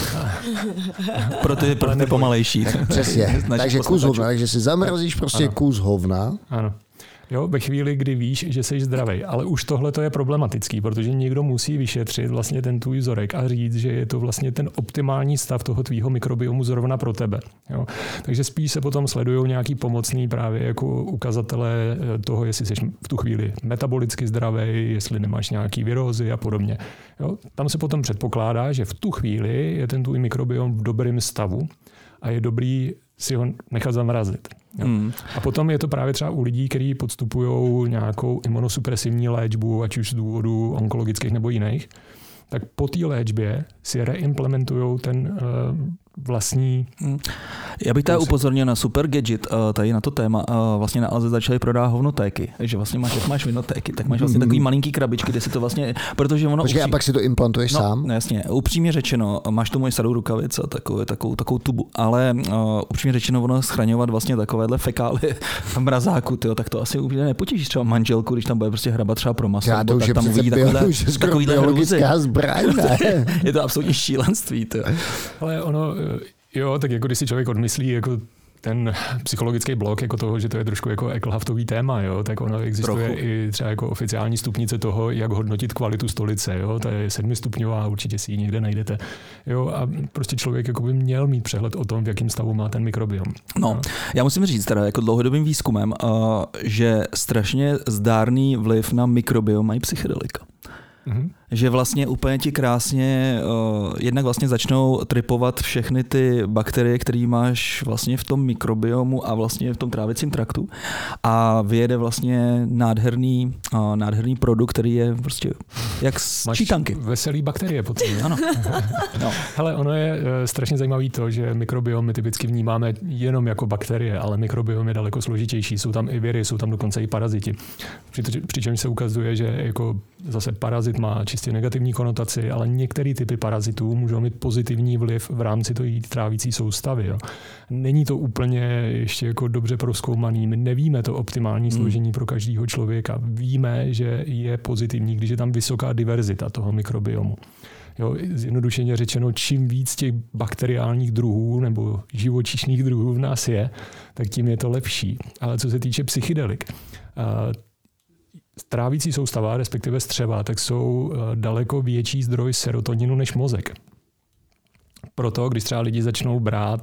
Pro ty, pro ty pomalejší. Tak přesně, takže kus hovna, takže si zamrazíš prostě ano. kus hovna. Ano. Jo, ve chvíli, kdy víš, že jsi zdravý, ale už tohle to je problematický, protože někdo musí vyšetřit vlastně ten tvůj vzorek a říct, že je to vlastně ten optimální stav toho tvýho mikrobiomu zrovna pro tebe. Jo. Takže spíš se potom sledují nějaký pomocný právě jako ukazatele toho, jestli jsi v tu chvíli metabolicky zdravý, jestli nemáš nějaký virózy a podobně. Jo. Tam se potom předpokládá, že v tu chvíli je ten tvůj mikrobiom v dobrém stavu a je dobrý si ho nechat zamrazit. Hmm. A potom je to právě třeba u lidí, kteří podstupují nějakou imunosupresivní léčbu, ať už z důvodu onkologických nebo jiných, tak po té léčbě si reimplementují ten uh, vlastní... Hmm. Já bych tady upozornil na super gadget tady na to téma. Vlastně na Alze začali prodávat hovnotéky. že vlastně máš, jak máš vinotéky, tak máš vlastně takový malinký krabičky, kde si to vlastně... Protože ono Počkej, upří... a pak si to implantuješ no, sám? No jasně, upřímně řečeno, máš tu moji starou rukavici a takovou, takovou, takovou tubu, ale uh, upřímně řečeno ono schraňovat vlastně takovéhle fekály v mrazáku, tyjo, tak to asi úplně nepotěšíš třeba manželku, když tam bude prostě hrabat třeba pro maso, to tak tam uvidí takovýhle, takovýhle hrůzy. Je to absolutní šílenství. Tyjo. Ale ono, jo, tak jako když si člověk odmyslí jako ten psychologický blok jako toho, že to je trošku jako eklhaftový téma, jo, tak ono existuje Trochu. i třeba jako oficiální stupnice toho, jak hodnotit kvalitu stolice, jo, ta je sedmistupňová, určitě si ji někde najdete, jo, a prostě člověk jako by měl mít přehled o tom, v jakém stavu má ten mikrobiom. No, no. Já musím říct teda jako dlouhodobým výzkumem, uh, že strašně zdárný vliv na mikrobiom mají psychedelika. Mm-hmm. Že vlastně úplně ti krásně uh, jednak vlastně začnou tripovat všechny ty bakterie, které máš vlastně v tom mikrobiomu a vlastně v tom trávicím traktu a vyjede vlastně nádherný, uh, nádherný produkt, který je prostě jak z máš čítanky. Veselý bakterie potom. Ano. No. Hele, ono je uh, strašně zajímavý to, že mikrobiom my typicky vnímáme jenom jako bakterie, ale mikrobiom je daleko složitější. Jsou tam i viry, jsou tam dokonce i paraziti. Přičemž se ukazuje, že jako zase parazit má čistě negativní konotaci, ale některé typy parazitů můžou mít pozitivní vliv v rámci té trávicí soustavy. Jo. Není to úplně ještě jako dobře prozkoumaný, my nevíme to optimální složení hmm. pro každého člověka. Víme, že je pozitivní, když je tam vysoká diverzita toho mikrobiomu. Jo, zjednodušeně řečeno, čím víc těch bakteriálních druhů nebo živočišných druhů v nás je, tak tím je to lepší. Ale co se týče psychedelik, trávicí soustava, respektive střeva, tak jsou daleko větší zdroj serotoninu než mozek. proto, když třeba lidi začnou brát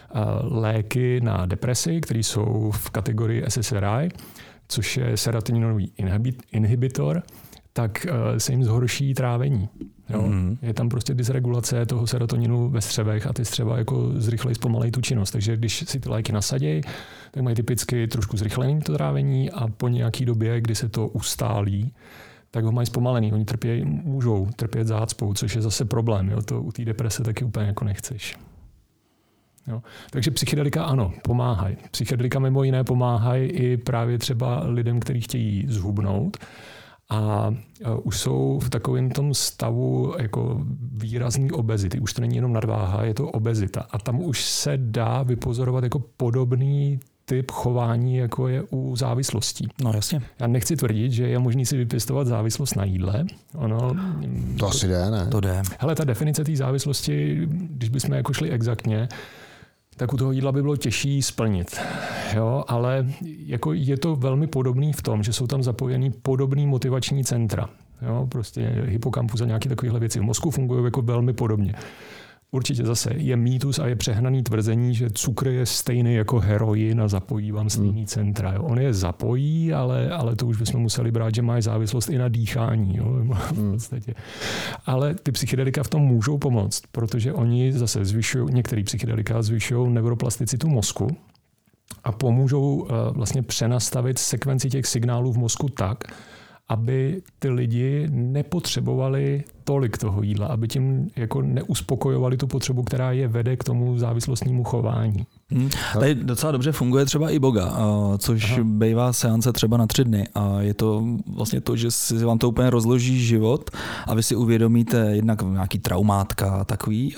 léky na depresi, které jsou v kategorii S S R I, což je serotoninový inhibitor, tak se jim zhorší trávení. Jo? Mm. Je tam prostě dysregulace toho serotoninu ve střevech a ty střeva jako zrychlejí zpomalejí tu činnost. Takže když si ty léky nasadějí, tak mají typicky trošku zrychlený to trávení a po nějaký době, kdy se to ustálí, tak ho mají zpomalený. Oni trpějí, můžou trpět zácpou, což je zase problém. Jo? To u té deprese taky úplně jako nechceš. Jo. Takže psychedelika ano, pomáhají. Psychedelika mimo jiné pomáhají i právě třeba lidem, kteří chtějí zhubnout a už jsou v takovém tom stavu jako výrazný obezity. Už to není jenom nadváha, je to obezita. A tam už se dá vypozorovat jako podobný typ chování, jako je u závislostí. No jasně. Já nechci tvrdit, že je možný si vypěstovat závislost na jídle. Ono, to asi jde, ne? To jde. Hele, ta definice té závislosti, když bychom jako šli exaktně, tak u toho jídla by bylo těžší splnit. Jo, ale jako je to velmi podobný v tom, že jsou tam zapojený podobný motivační centra. Jo, prostě hypokampus a nějaké takovéhle věci v mozku fungují jako velmi podobně. Určitě zase je mýtus a je přehnaný tvrzení, že cukr je stejný jako heroin a zapojí vám stejný centra. Jo. On je zapojí, ale, ale to už bychom museli brát, že má závislost i na dýchání. Jo, v podstatě. Ale ty psychedelika v tom můžou pomoct, protože oni zase zvyšují, některé psychedelika zvyšují neuroplasticitu mozku a pomůžou vlastně přenastavit sekvenci těch signálů v mozku tak, aby ty lidi nepotřebovali tolik toho jídla, aby tím jako neuspokojovali tu potřebu, která je vede k tomu závislostnímu chování. Hmm. Tady docela dobře funguje třeba iboga, což Aha. bývá seance třeba na tři dny a je to vlastně to, že si vám to úplně rozloží život a vy si uvědomíte jednak nějaký traumátka takový.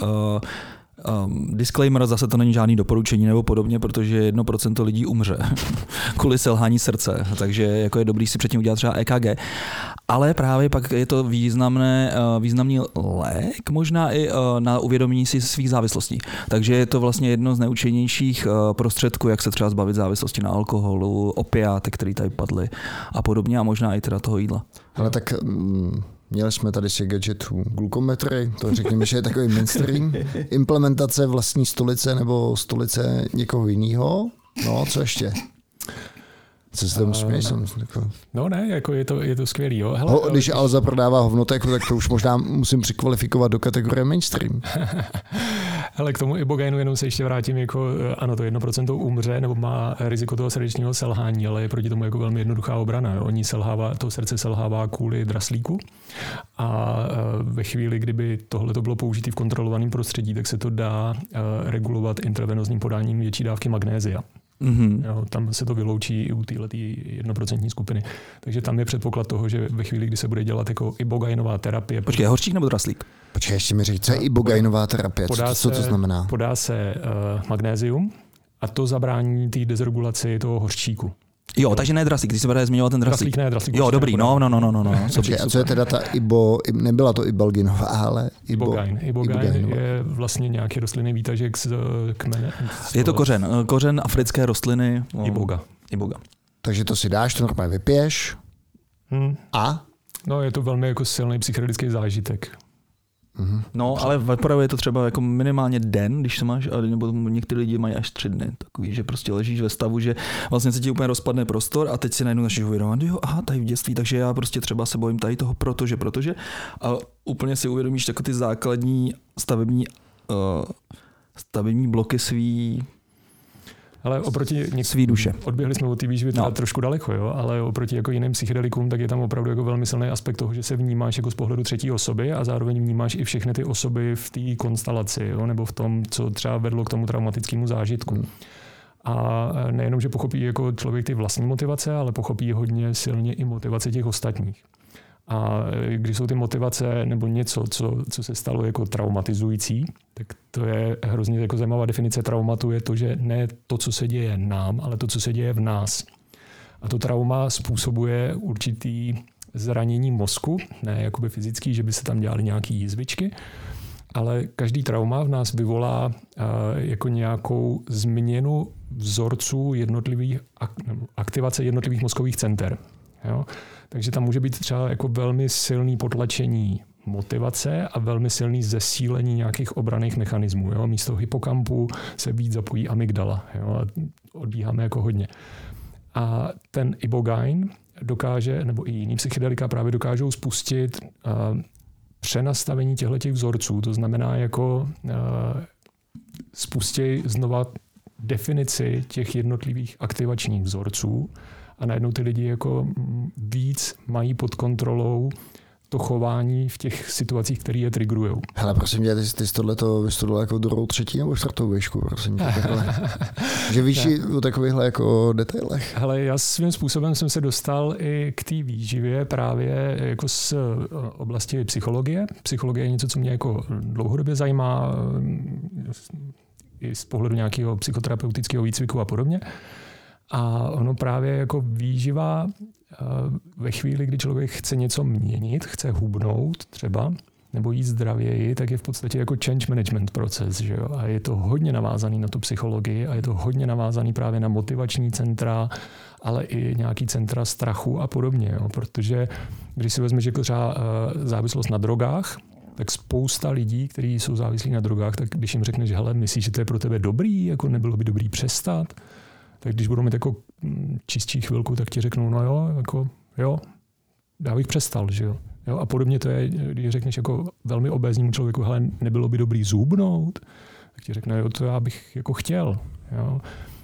Um, disclaimer, zase to není žádný doporučení nebo podobně, protože jedno procento lidí umře kvůli selhání srdce, takže jako je dobrý si předtím udělat třeba E K G. Ale právě pak je to významné, významný lék, možná i na uvědomění si svých závislostí. Takže je to vlastně jedno z nejúčinnějších prostředků, jak se třeba zbavit závislosti na alkoholu, opiáty, které tady padly a podobně a možná i teda toho jídla. Ale tak... Mm... Měli jsme tady si gadgetů glukometry, to řekněme, že je takový mainstream. Implementace vlastní stolice nebo stolice někoho jiného. No, co ještě? Co se tam směješ? Jako... No ne, jako je to, je to skvělý. Jo. Hele, Ho, když Alza prodává hovnotéku, tak to už možná musím přikvalifikovat do kategorie mainstream. Hele, k tomu ibogainu jenom se ještě vrátím, jako ano, to jedno procento umře nebo má riziko toho srdečního selhání, ale je proti tomu jako velmi jednoduchá obrana. Jo. Oni selhává, to srdce selhává kvůli draslíku a ve chvíli, kdyby tohle to bylo použité v kontrolovaném prostředí, tak se to dá regulovat intravenózním podáním větší dávky magnézia. Mm-hmm. Jo, tam se to vyloučí i u této jednoprocentní skupiny. Takže tam je předpoklad toho, že ve chvíli, kdy se bude dělat jako ibogainová terapie... Počkej, hořčík nebo draslík? Počkej, ještě mi říct, co je ibogainová terapie? Co, podá co to znamená? Podá se uh, magnézium a to zabrání té dezregulaci toho hořčíku. Jo, takže ne draslík, když se bude zmiňovat ten draslík. Draslík ne, draslík. Jo, dobrý, no, no, no, no, no. Počkej, a co je teda ta ibo, nebyla to ibalginová, ale ibo, ibogain. Ibogain je vlastně nějaký rostlinný výtažek z kmene. Z je to kořen, kořen africké rostliny. No, iboga. Iboga. Takže to si dáš, to normálně vypiješ hmm. a? No, je to velmi jako silný psychedelický zážitek. Mm-hmm. No, ale opravdu je to třeba jako minimálně den, když se máš, nebo někteří lidi mají až tři dny, takový, že prostě ležíš ve stavu, že vlastně se ti úplně rozpadne prostor a teď si najednou začneš uvědomit, jo, aha, tady v dětství, takže já prostě třeba se bojím tady toho, protože, protože a úplně si uvědomíš jako ty základní stavební, uh, stavební bloky svý. Ale oproti něk... svý duše. Odběhli jsme od té výživy no. trošku daleko, jo? Ale oproti jako jiným psychedelikům, tak je tam opravdu jako velmi silný aspekt toho, že se vnímáš jako z pohledu třetí osoby a zároveň vnímáš i všechny ty osoby v té konstelaci, jo? Nebo v tom, co třeba vedlo k tomu traumatickému zážitku. Hmm. A nejenom, že pochopí jako člověk ty vlastní motivace, ale pochopí hodně silně i motivace těch ostatních. A když jsou ty motivace nebo něco, co, co se stalo jako traumatizující, tak to je hrozně jako zajímavá definice traumatu, je to, že ne to, co se děje nám, ale to, co se děje v nás. A to trauma způsobuje určitý zranění mozku, ne jakoby fyzický, že by se tam dělaly nějaké jízvičky, ale každý trauma v nás vyvolá uh, jako nějakou změnu vzorců jednotlivých, aktivace jednotlivých mozkových center. Jo? Takže tam může být třeba jako velmi silný potlačení motivace a velmi silný zesílení nějakých obranných mechanismů. Jo? Místo hypokampu se víc zapojí amygdala. Jo? A odbíháme jako hodně. A ten ibogaine dokáže, nebo i jiný psychedelika právě dokážou spustit uh, přenastavení těchto vzorců. To znamená, jako uh, spustí znova definici těch jednotlivých aktivačních vzorců a najednou ty lidi jako víc mají pod kontrolou to chování v těch situacích, které je triggerujou. Hele, prosím tě, ty, ty jsi tohleto vystudoval jako druhou, třetí nebo čtvrtou výšku, prosím tě. Že víš o takovýchhle jako detailech? Hele, já svým způsobem jsem se dostal i k té výživě právě jako z oblasti psychologie. Psychologie je něco, co mě jako dlouhodobě zajímá i z pohledu nějakého psychoterapeutického výcviku a podobně. A ono právě jako výživa ve chvíli, kdy člověk chce něco měnit, chce hubnout třeba, nebo jít zdravěji, tak je v podstatě jako change management proces. Že jo? A je to hodně navázaný na tu psychologii a je to hodně navázaný právě na motivační centra, ale i nějaký centra strachu a podobně. Jo? Protože když si vezmeš jako třeba závislost na drogách, tak spousta lidí, kteří jsou závislí na drogách, tak když jim řekneš, hele, myslíš, že to je pro tebe dobrý, jako nebylo by dobrý přestat, tak když budou mít jako čistší chvilku, tak ti řeknou, no jo, jako jo, já bych přestal, že jo. jo. A podobně to je, když řekneš jako velmi obéznímu člověku, hele, nebylo by dobrý zhubnout, tak ti řekne, jo, to já bych jako chtěl, jo.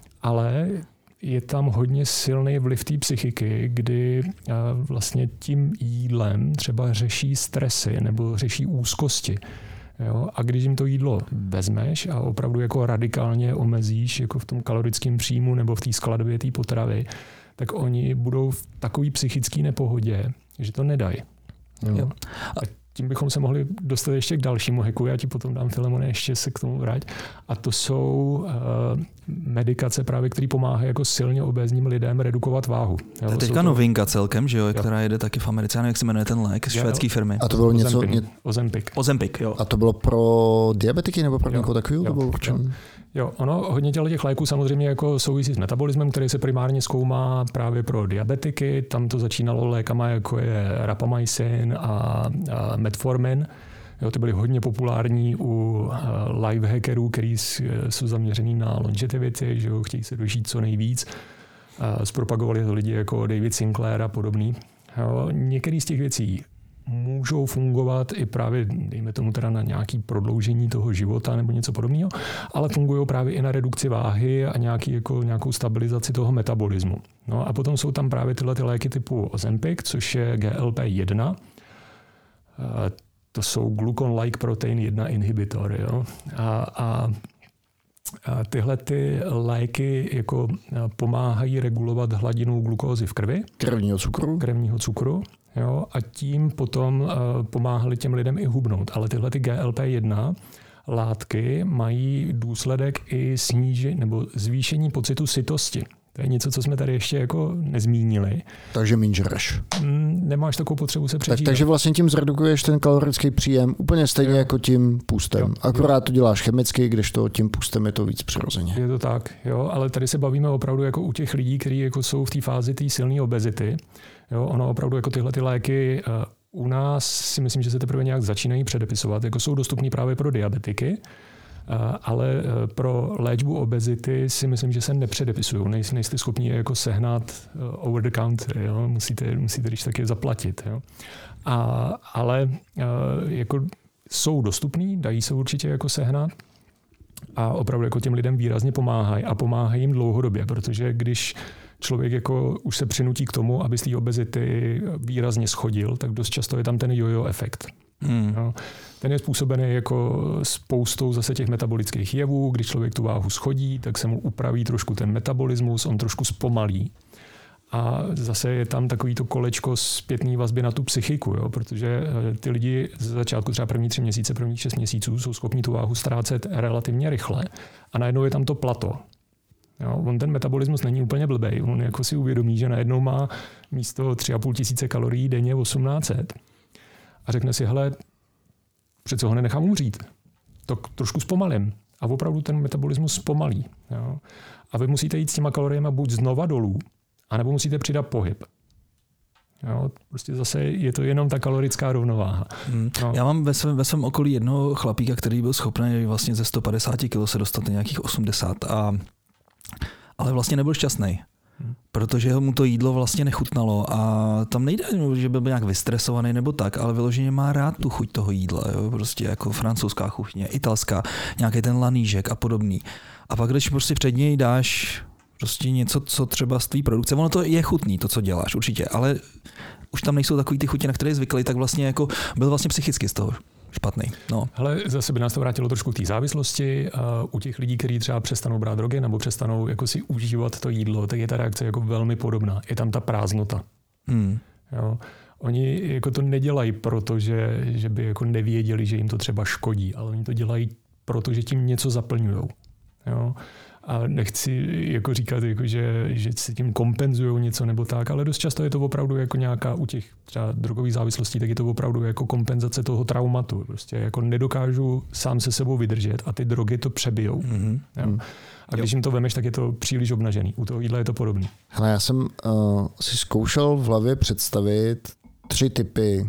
Ale je tam hodně silný vliv té psychiky, kdy vlastně tím jídlem třeba řeší stresy nebo řeší úzkosti. Jo? A když jim to jídlo vezmeš a opravdu jako radikálně omezíš jako v tom kalorickém příjmu nebo v té skladbě té potravy, tak oni budou v takové psychické nepohodě, že to nedají. Jo? A tím bychom se mohli dostat ještě k dalšímu hacku. Já ti potom dám, Filemone, ještě se k tomu vrať. A to jsou uh, medikace právě, které pomáhají jako silně obézním lidem redukovat váhu. Jo? To je teďka to... novinka celkem, že jo, která jede taky v Americe, jak se jmenuje ten lék z švédské firmy. A to bylo něco... Ozempic. Ozempic, jo. A to bylo pro diabetiky nebo pro někoho takového? To bylo jo. Jo, ono hodně těch léků samozřejmě jako souvisí s metabolismem, který se primárně zkoumá právě pro diabetiky. Tam to začínalo lékama, jako je rapamycin a, a metformin. Jo, ty byly hodně populární u life hackerů, který jsou zaměřený na longevity, že jo, chtějí se dožít co nejvíc. Zpropagovali to lidi jako David Sinclair a podobný. Jo, některé z těch věcí můžou fungovat i právě, dejme tomu teda na nějaké prodloužení toho života nebo něco podobného, ale fungují právě i na redukci váhy a nějaký, jako, nějakou stabilizaci toho metabolismu. No a potom jsou tam právě tyhle ty léky typu Ozempic, což je G L P jedna. To jsou glucon-like protein jedna inhibitor. Jo? A, a A tyhle ty léky jako pomáhají regulovat hladinu glukózy v krvi. Krevního cukru. Krevního cukru. Jo, a tím potom uh, pomáhali těm lidem i hubnout. Ale tyhle ty G L P jedna látky mají důsledek i snížení nebo zvýšení pocitu sytosti. To je něco, co jsme tady ještě jako nezmínili. Takže míň žereš. Nemáš takovou potřebu se přežít. Tak, takže vlastně tím zredukuješ ten kalorický příjem úplně stejně jo. jako tím půstem. Jo. Akorát jo. to děláš chemicky, kdežto tím půstem je to víc přirozeně. Je to tak, jo, ale tady se bavíme opravdu jako u těch lidí, kteří jako jsou v té fázi té silné obezity. Jo, ono opravdu jako tyhle ty léky uh, u nás si myslím, že se teprve nějak začínají předepisovat. Jako jsou dostupný právě pro diabetiky, ale pro léčbu obezity si myslím, že se nepředepisují. Nejste, nejste schopni je jako sehnat over the counter. Jo? Musíte, musíte když taky zaplatit. Jo? A, ale jako jsou dostupný, dají se určitě jako sehnat a opravdu jako těm lidem výrazně pomáhají a pomáhají jim dlouhodobě, protože když člověk jako už se přinutí k tomu, aby z té obezity výrazně schodil, tak dost často je tam ten jojo efekt. Hmm. No, ten je způsobený jako spoustou zase těch metabolických jevů. Když člověk tu váhu schodí, tak se mu upraví trošku ten metabolismus, on trošku zpomalí. A zase je tam takový to kolečko zpětný vazby na tu psychiku, jo? Protože ty lidi z začátku třeba první tři měsíce, prvních šest měsíců jsou schopni tu váhu ztrácet relativně rychle a najednou je tam to plato. Jo? On ten metabolismus není úplně blbej. On jako si uvědomí, že najednou má místo tři a půl tisíce kalorií denně osmnáct set. A řekne si, hele, přece ho nenechám umřít. To trošku zpomalím. A opravdu ten metabolismus zpomalí. Jo? A vy musíte jít s těma kaloriemi buď znova dolů, anebo musíte přidat pohyb. Jo, prostě zase je to jenom ta kalorická rovnováha. Hmm. No. Já mám ve svém, ve svém okolí jednoho chlapíka, který byl schopný vlastně ze sto padesát kilogramů se dostat na nějakých osmdesát, a, ale vlastně nebyl šťastný. Hmm. Protože mu to jídlo vlastně nechutnalo a tam nejde, že byl nějak vystresovaný nebo tak, ale vyloženě má rád tu chuť toho jídla, jo? Prostě jako francouzská kuchyně, italská, nějaký ten lanížek a podobný. A pak když prostě před něj dáš prostě něco, co třeba z tvý produkce, ono to je chutný, to, co děláš, určitě, ale už tam nejsou takový ty chutě, na které zvyklý, tak vlastně jako byl vlastně psychicky z toho špatný. No. Hele, zase by nás to vrátilo trošku k té závislosti. Uh, u těch lidí, kteří třeba přestanou brát drogy nebo přestanou jako si užívat to jídlo, tak je ta reakce jako velmi podobná. Je tam ta prázdnota. Hmm. Jo. Oni jako to nedělají proto, že, že by jako nevěděli, že jim to třeba škodí, ale oni to dělají proto, že tím něco zaplňujou. Jo. A nechci jako říkat, jako že, že si tím kompenzují něco nebo tak, ale dost často je to opravdu jako nějaká u těch třeba drogových závislostí, tak je to opravdu jako kompenzace toho traumatu. Prostě jako nedokážu sám se sebou vydržet a ty drogy to přebijou. Mm-hmm. Jo? A když jim to vemeš, tak je to příliš obnažený. U toho jídla je to podobný. Hele, já jsem uh, si zkoušel v hlavě představit tři typy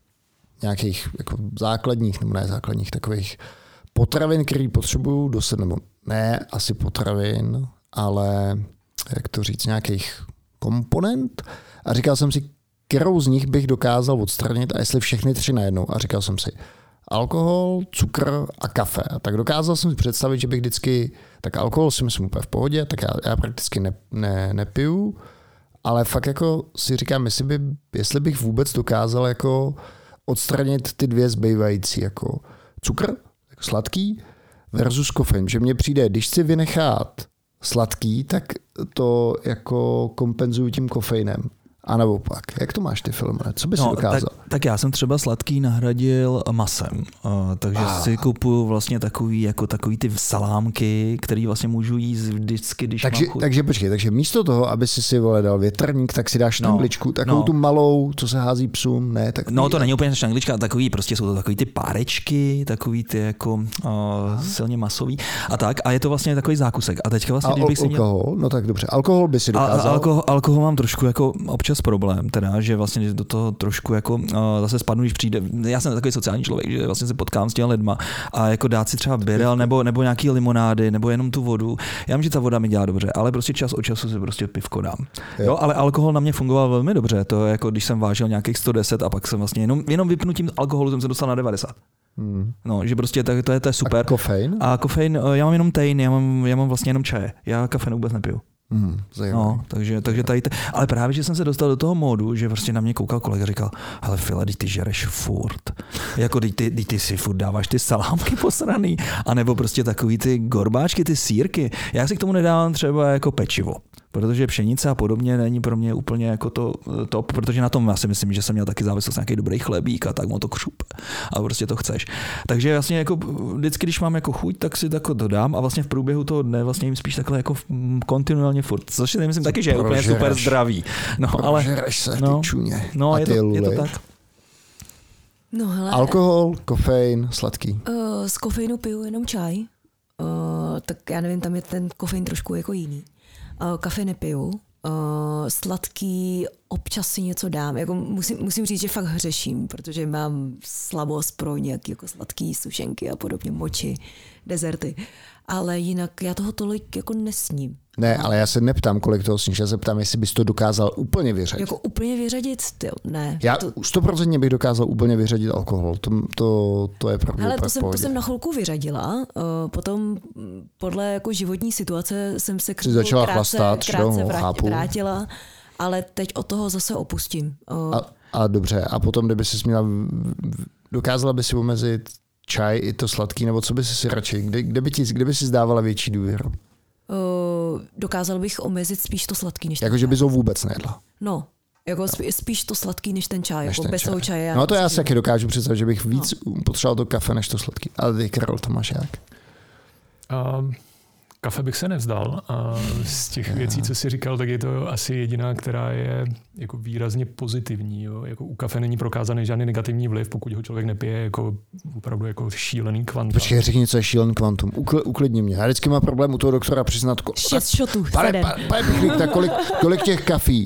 nějakých jako základních, nebo ne základních, takových potravin, který potřebuju dost, nebo ne asi potravin, ale jak to říct, nějakých komponent. A říkal jsem si, kterou z nich bych dokázal odstranit a jestli všechny tři najednou. A říkal jsem si, alkohol, cukr a kafe. A tak dokázal jsem si představit, že bych vždycky, tak alkohol si myslím úplně v pohodě, tak já, já prakticky ne, ne, nepiju, ale fakt jako si říkám, jestli, by, jestli bych vůbec dokázal jako odstranit ty dvě zbývající, jako cukr, jako sladký, versus kofein, že mně přijde, když chci vynechat sladký, tak to jako kompenzuju tím kofeinem. A nebo pak, jak to máš ty filmy? Co bys no, dokázal? Tak, tak já jsem třeba sladký nahradil masem, uh, takže ah. si kupuju vlastně takový, jako takový ty salámky, který vlastně můžu jíst vždycky, když takže, mám chuť. Takže počkej, takže místo toho, aby si si vole dal větrník, tak si dáš štangličku, no, takovou no. tu malou, co se hází psům, ne? Takový, no to není úplně štanglička, takový, prostě jsou to takový ty párečky, takový ty jako uh, silně masový a tak, a je to vlastně takový zákusek. A teďka vlastně, a když bych si měl... alkohol? No tak dobře, alkohol by si dokázal. A, alkohol, alkohol mám trošku jako občas problém, teda, že vlastně do toho trošku jako uh, zase spadnu, když přijde. Já jsem takový sociální člověk, že vlastně se potkám s těmi lidma a jako dát si třeba birel nebo, nebo nějaký limonády nebo jenom tu vodu. Já vím, že ta voda mi dělá dobře, ale prostě čas od času si prostě pivko dám. Jo. Jo, ale alkohol na mě fungoval velmi dobře. To je jako když jsem vážil nějakých sto deset a pak jsem vlastně jenom, jenom vypnutím alkoholu jsem se dostal na devadesát. Hmm. No, že prostě to, to, je, to je super. A kofein? A kofein, já mám jenom tejn, já mám, já mám vlastně jenom čaje. Já kafein vůbec nepiju. Hmm, no, takže, takže tady, ale právě, že jsem se dostal do toho módu, že prostě na mě koukal kolega a říkal, hele File, ty žereš furt. Jako ty, ty, ty si furt dáváš ty salámky posraný, anebo prostě takový ty gorbáčky, ty sýrky. Já si k tomu nedávám třeba jako pečivo, protože pšenice a podobně není pro mě úplně jako to top, protože na tom já si myslím, že jsem měl taky závislost nějaký dobrý chlebík a tak mu to křup a prostě to chceš. Takže vlastně jako vždycky, když mám jako chuť, tak si to dodám a vlastně v průběhu toho dne vlastně jim spíš takhle jako kontinuálně furt, což si myslím taky, že je úplně super zdravý. No, ale se, ty no, čuně. No, a je, ty to, je to tak. No, hele, alkohol, kofein, sladký. Uh, z kofeinu piju jenom čaj, uh, tak já nevím, tam je ten kofein trošku jako jiný. Uh, kafe nepiju, uh, sladký občas si něco dám. Jako musím, musím říct, že fakt hřeším, protože mám slabost pro nějaké jako sladký sušenky a podobně, moči, dezerty. Ale jinak já toho tolik jako nesním. Ne, ale já se neptám, kolik toho sníš, já se ptám, jestli bys to dokázal úplně vyřadit. Jako úplně vyřadit? Tyjo, ne. Já to... stoprocentně bych dokázal úplně vyřadit alkohol, to, to, to je pravdě. Ale to jsem, to jsem na chvilku vyřadila, potom podle jako životní situace jsem se k začala krátce, chlastat, krátce no, vrátila, vrátila, ale teď od toho zase opustím. A, a dobře, a potom, kdyby jsi měla, dokázala by si omezit čaj i to sladký, nebo co by si si radši, kde, kde, by, ti, kde by si zdávala větší důvěru? Uh, dokázal bych omezit spíš to sladký, než jako, že bys ho vůbec nejedla? No, jako spíš, spíš to sladký, než ten čaj, než jako ten bez čaj. toho čaje. Já no to já si taky dokážu představit, že bych víc no. potřeboval to kafe, než to sladký. Ale ty, Karol, to máš jak? Um, kafe bych se nevzdal a z těch yeah. věcí, co jsi říkal, tak je to asi jediná, která je jako výrazně pozitivní. Jo? Jako u kafe není prokázaný žádný negativní vliv, pokud ho člověk nepije jako opravdu jako šílený kvantum. Počkej, řekni, co je šílený kvantum. Ukl, uklidni mě. Já vždycky mám problém u toho doktora přiznat. Šest šotů. Pane, pane, pane Pichlík, tak kolik, kolik těch kafí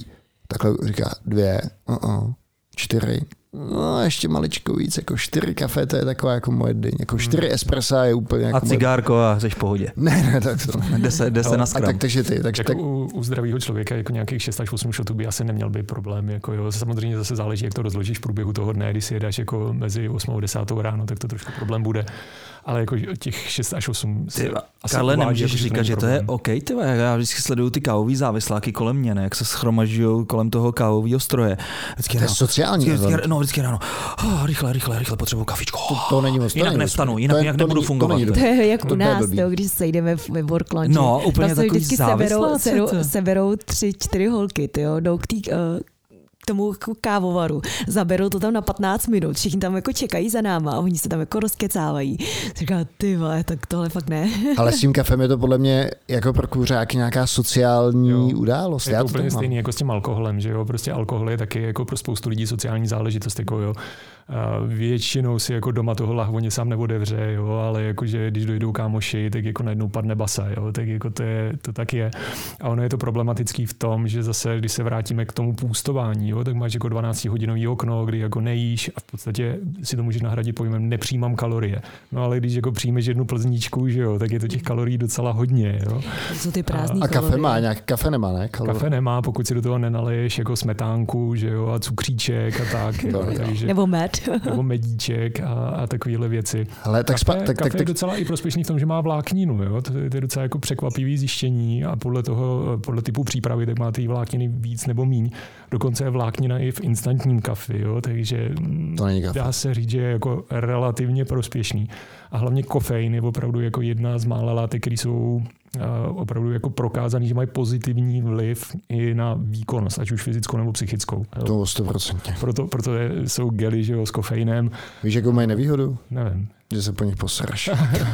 Takhle říká dvě, uh-uh, čtyři, no ještě maličko víc, jako čtyři kafe, to je taková jako moje dny, jako čtyři espressa je úplně jako a cigárko moje... a jsi v pohodě. Ne, ne, tak to jde se, jde se na skram. Tak, takže ty, tak, jako tak... U, u zdravého člověka jako nějakých šest až osm shotů by asi neměl být problém. Jako jo. Samozřejmě zase záleží, jak to rozložíš v průběhu toho dne, když si jedáš jako mezi osmou a desátou ráno, tak to trošku problém bude. Ale jako těch šest až osm Karle, nemůžeš říkat, že to je OK, tyva. Já vždycky sleduju ty kávový závisláky kolem mě, ne? Jak se schromažďují kolem toho kávového stroje. Vždycky to je sociální. Vždycky, vždycky, no, vždycky ráno. Oh, rychle, rychle, rychle, potřebuju kafičko. To, to není moc. Jinak nevstanu, jinak, jinak nebudu není, fungovat. To, to je jak u nás, to, když sejdeme ve work lunchi. No, úplně tam se takový vždycky seberou, seberou, seberou tři, čtyři holky, tyjo, jdou k tý, uh, tomu kávovaru. Zaberou to tam na patnáct minut, všichni tam jako čekají za náma a oni se tam jako rozkecávají. Říká, ty vole, tak tohle fakt ne. Ale s tím kafem je to podle mě jako pro kuřáky nějaká sociální jo. událost. Je to Já úplně to stejný jako s tím alkoholem, že jo, prostě alkohol je taky jako pro spoustu lidí sociální záležitost, jako jo. A většinou si jako doma toho lahvoně sám neodevře, jo, ale jakože když dojdou kámoši, tak jako najednou padne basa, jo, tak jako to, je, to tak je. A ono je to problematický v tom, že zase, když se vrátíme k tomu půstování, jo, tak máš jako dvanáctihodinový okno, kdy jako nejíš a v podstatě si to můžeš nahradit pojmem nepřijímám kalorie. No ale když jako přijmeš jednu plzničku, že jo, tak je to těch kalorií docela hodně, jo. Jsou ty prázdný a, a kafe kalorie. má nějak, kafe nemá, ne? Kalorie. Kafe nemá, pokud si do toho nenaleješ jako smetánku, že jo, a cukříček a tak, jo, takže, nebo med. nebo medíček a, a takovéhle věci. Ale tak kafe, spa, tak, kafe tak, tak, je docela i prospěšný v tom, že má vlákninu, jo? To, to je docela jako překvapivý zjištění a podle toho, podle typu přípravy, tak má ty vlákniny víc nebo míň. Dokonce je vláknina i v instantním kafi, jo? Takže to není kafe. Dá se říct, že je jako relativně prospěšný. A hlavně kofein je opravdu jako jedna z mála látek, které jsou opravdu jako prokázaný, že mají pozitivní vliv i na výkonnost, ať už fyzickou nebo psychickou. Jo. To sto procent. Proto, proto je, jsou gely, že jo, s kofeinem. Víš, jakou mají nevýhodu? Nevím. Že se po nich posraš.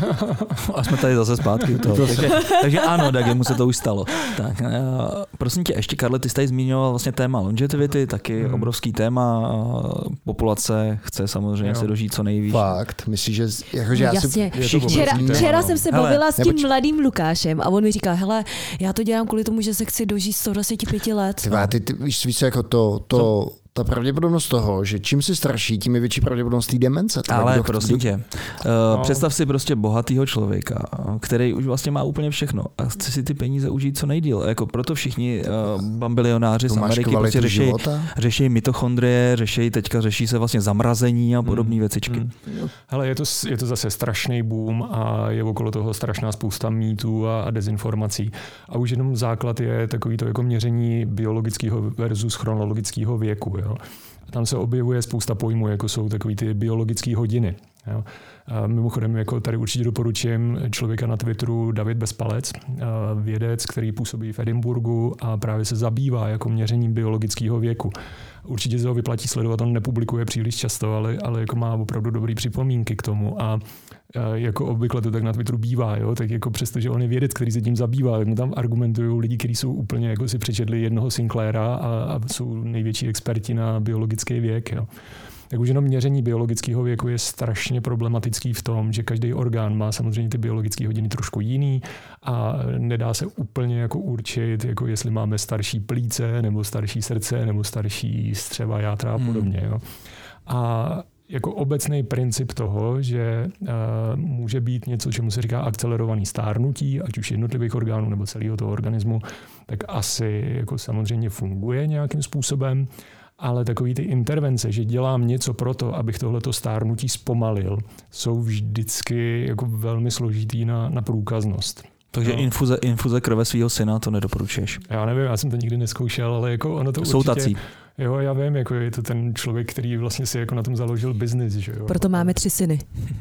A jsme tady zase zpátky u toho. takže, takže ano, tak mu se to už stalo. Tak, prosím tě, ještě Karle, ty jsi tady zmínil vlastně téma longevity, taky hmm. obrovský téma. Populace chce samozřejmě jo. se dožít co nejvíc. Fakt, myslíš, že jakože já Jasně. si... Včera, včera jsem se hele, bavila s tím nepoč... mladým Lukášem a on mi říká, hele, já to dělám kvůli tomu, že se chci dožít sto dvacet pět let. Ty, ty, ty víš, víš, jako to... to ta pravděpodobnost toho, že čím jsi starší, tím je větší pravděpodobnost té demence. Ale kdo, prosím kdo... tě, uh, no. představ si prostě bohatýho člověka, který už vlastně má úplně všechno a chce si ty peníze užít co nejdýl. Jako proto všichni uh, bambilionáři z Ameriky prostě řeší, řeší mitochondrie, řeší teďka řeší se vlastně zamrazení a podobné hmm. věcičky. Hmm. Hele, je to, je to zase strašný boom a je okolo toho strašná spousta mýtů a, a dezinformací. A už jenom základ je takový to jako měření biologického versus chronologického věku. Jo. A tam se objevuje spousta pojmů, jako jsou takový ty biologické hodiny. Jo. A mimochodem, jako tady určitě doporučím člověka na Twitteru David Bezpalec, vědec, který působí v Edinburgu a právě se zabývá jako měřením biologického věku. Určitě se ho vyplatí sledovat, on nepublikuje příliš často, ale, ale jako má opravdu dobrý připomínky k tomu a jako obvykle to tak na Twitteru bývá, jo? Tak jako přesto, že on je vědec, který se tím zabývá, tak mu tam argumentují lidi, kteří jsou úplně jako si přečetli jednoho Sinclaira a, a jsou největší experti na biologický věk. Jo? Tak už jenom měření biologického věku je strašně problematický v tom, že každý orgán má samozřejmě ty biologické hodiny trošku jiný a nedá se úplně jako určit, jako jestli máme starší plíce nebo starší srdce nebo starší střeva, játra a podobně. Jo? A jako obecný princip toho, že uh, může být něco, čemu se říká akcelerovaný stárnutí, ať už jednotlivých orgánů nebo celého toho organismu, tak asi jako samozřejmě funguje nějakým způsobem, ale takový ty intervence, že dělám něco pro to, abych tohleto stárnutí zpomalil, jsou vždycky jako velmi složitý na, na průkaznost. Takže no. infuze, infuze krve svého syna to nedoporučuješ? Já nevím, já jsem to nikdy nezkoušel, ale jako ono to jsou určitě... tací. Jo, já vím, jako je to ten člověk, který vlastně si jako na tom založil biznis, že jo. Proto máme tři syny.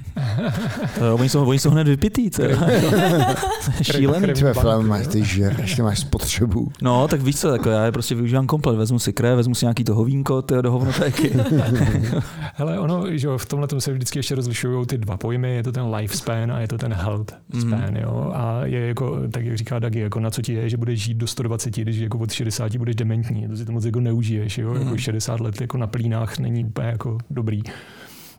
To, oni, jsou, oni jsou hned vypitý, co je šílený. Tvé flám máš, ty žer, ještě máš spotřebu. No, tak víš co, jako já je prostě využívám komplet, vezmu si krev, vezmu si nějaký to hovínko, ty do hovnotéky. Hele, ono, že jo, v tomhle tom se vždycky ještě rozlišují ty dva pojmy, je to ten lifespan a je to ten health span, mm. jo. A je jako, tak jak říká Dagi, jako na co ti je, že budeš žít do sto dvacet, když jako od šedesáti budeš dementní, to si to moc jako neužiješ, jo. Mm. Jako šedesát let jako na plínách není úplně jako dobrý.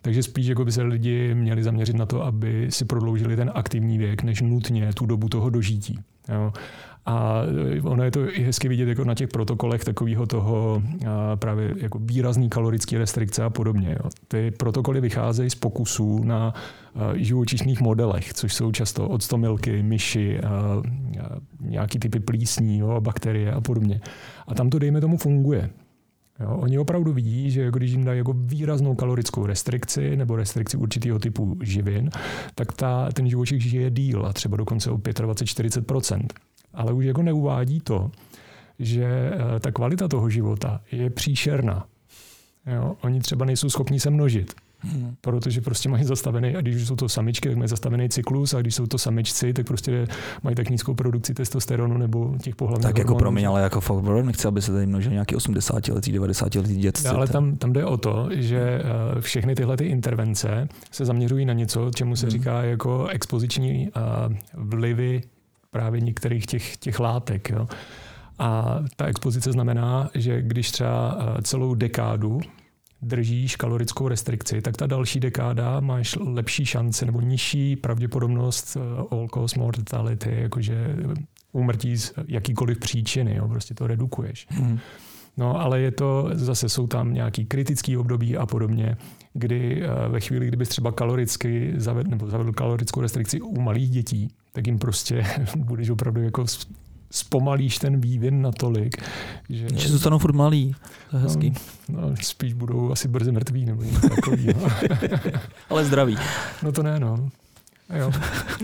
Takže spíš jako by se lidi měli zaměřit na to, aby si prodloužili ten aktivní věk, než nutně tu dobu toho dožití. Jo. A ono je to i hezky vidět jako na těch protokolech takového toho právě jako výrazný kalorický restrikce a podobně. Jo. Ty protokoly vycházejí z pokusů na živočišných modelech, což jsou často octomilky, myši, a, a nějaký typy plísní, jo, bakterie a podobně. A tam to, dejme tomu, funguje. Jo, oni opravdu vidí, že když jim dají jako výraznou kalorickou restrikci nebo restrikci určitého typu živin, tak ta, ten živočich žije díl a třeba dokonce o dvacet pět až čtyřicet procent. Ale už jako neuvádí to, že ta kvalita toho života je příšerná. Jo, oni třeba nejsou schopni se množit. Hmm. Protože prostě mají zastavený, a když jsou to samičky, tak mají zastavený cyklus, a když jsou to samičci, tak prostě mají tak nízkou produkci testosteronu nebo těch pohlavních tak hormonů. Jako promiň, ale jako fakt nechci, aby se tady množil nějaký osmdesátiletý, devadesátiletý dětci. Ale tam, tam jde o to, že všechny tyhle ty intervence se zaměřují na něco, čemu se hmm. říká jako expoziční vlivy právě některých těch, těch látek. Jo. A ta expozice znamená, že když třeba celou dekádu držíš kalorickou restrikci, tak ta další dekáda máš lepší šance nebo nižší pravděpodobnost all cause mortality, jakože úmrtí z jakýkoliv příčiny, jo, prostě to redukuješ. Hmm. No, ale je to, zase jsou tam nějaký kritický období a podobně, kdy ve chvíli, kdybys třeba kaloricky zavedl, nebo zavedl kalorickou restrikci u malých dětí, tak jim prostě budeš opravdu jako zpomalíš ten vývin natolik, že... Že zůstanou furt malí. To je hezký. No, no, spíš budou asi brzy mrtví nebo něco takového. Ale zdraví. No to ne, no. A jo.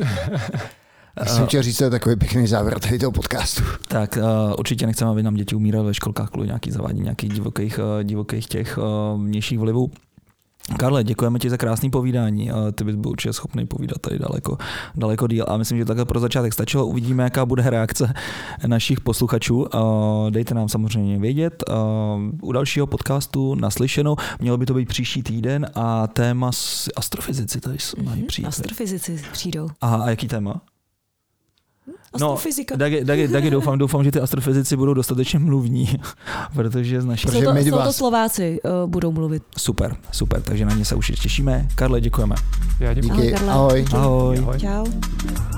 Já jsem chtěl říct, to je takový pěkný závěr tady toho podcastu. Tak uh, určitě nechceme, aby nám děti umíraly ve školkách kvůli nějaký zavádí nějakých divokých, uh, divokých těch uh, vnějších vlivů. Karle, děkujeme ti za krásný povídání. Ty bys byl určitě schopný povídat tady daleko, daleko díl a myslím, že takhle pro začátek stačilo. Uvidíme, jaká bude reakce našich posluchačů. Dejte nám samozřejmě vědět. U dalšího podcastu naslyšenou. Mělo by to být příští týden a téma astrofyzici tady mají přijít. Astrofyzici přijdou. Aha, a jaký téma? Astrofyzika. No, Dagi, Dagi, Dagi, doufám, doufám, že ty astrofyzici budou dostatečně mluvní, protože z naší... Jsou to, jsou to Slováci uh, budou mluvit. Super, super, takže na ně se už těšíme. Karle, děkujeme. Já děkuji. Díky, ahoj. Ahoj. Ahoj. Čau.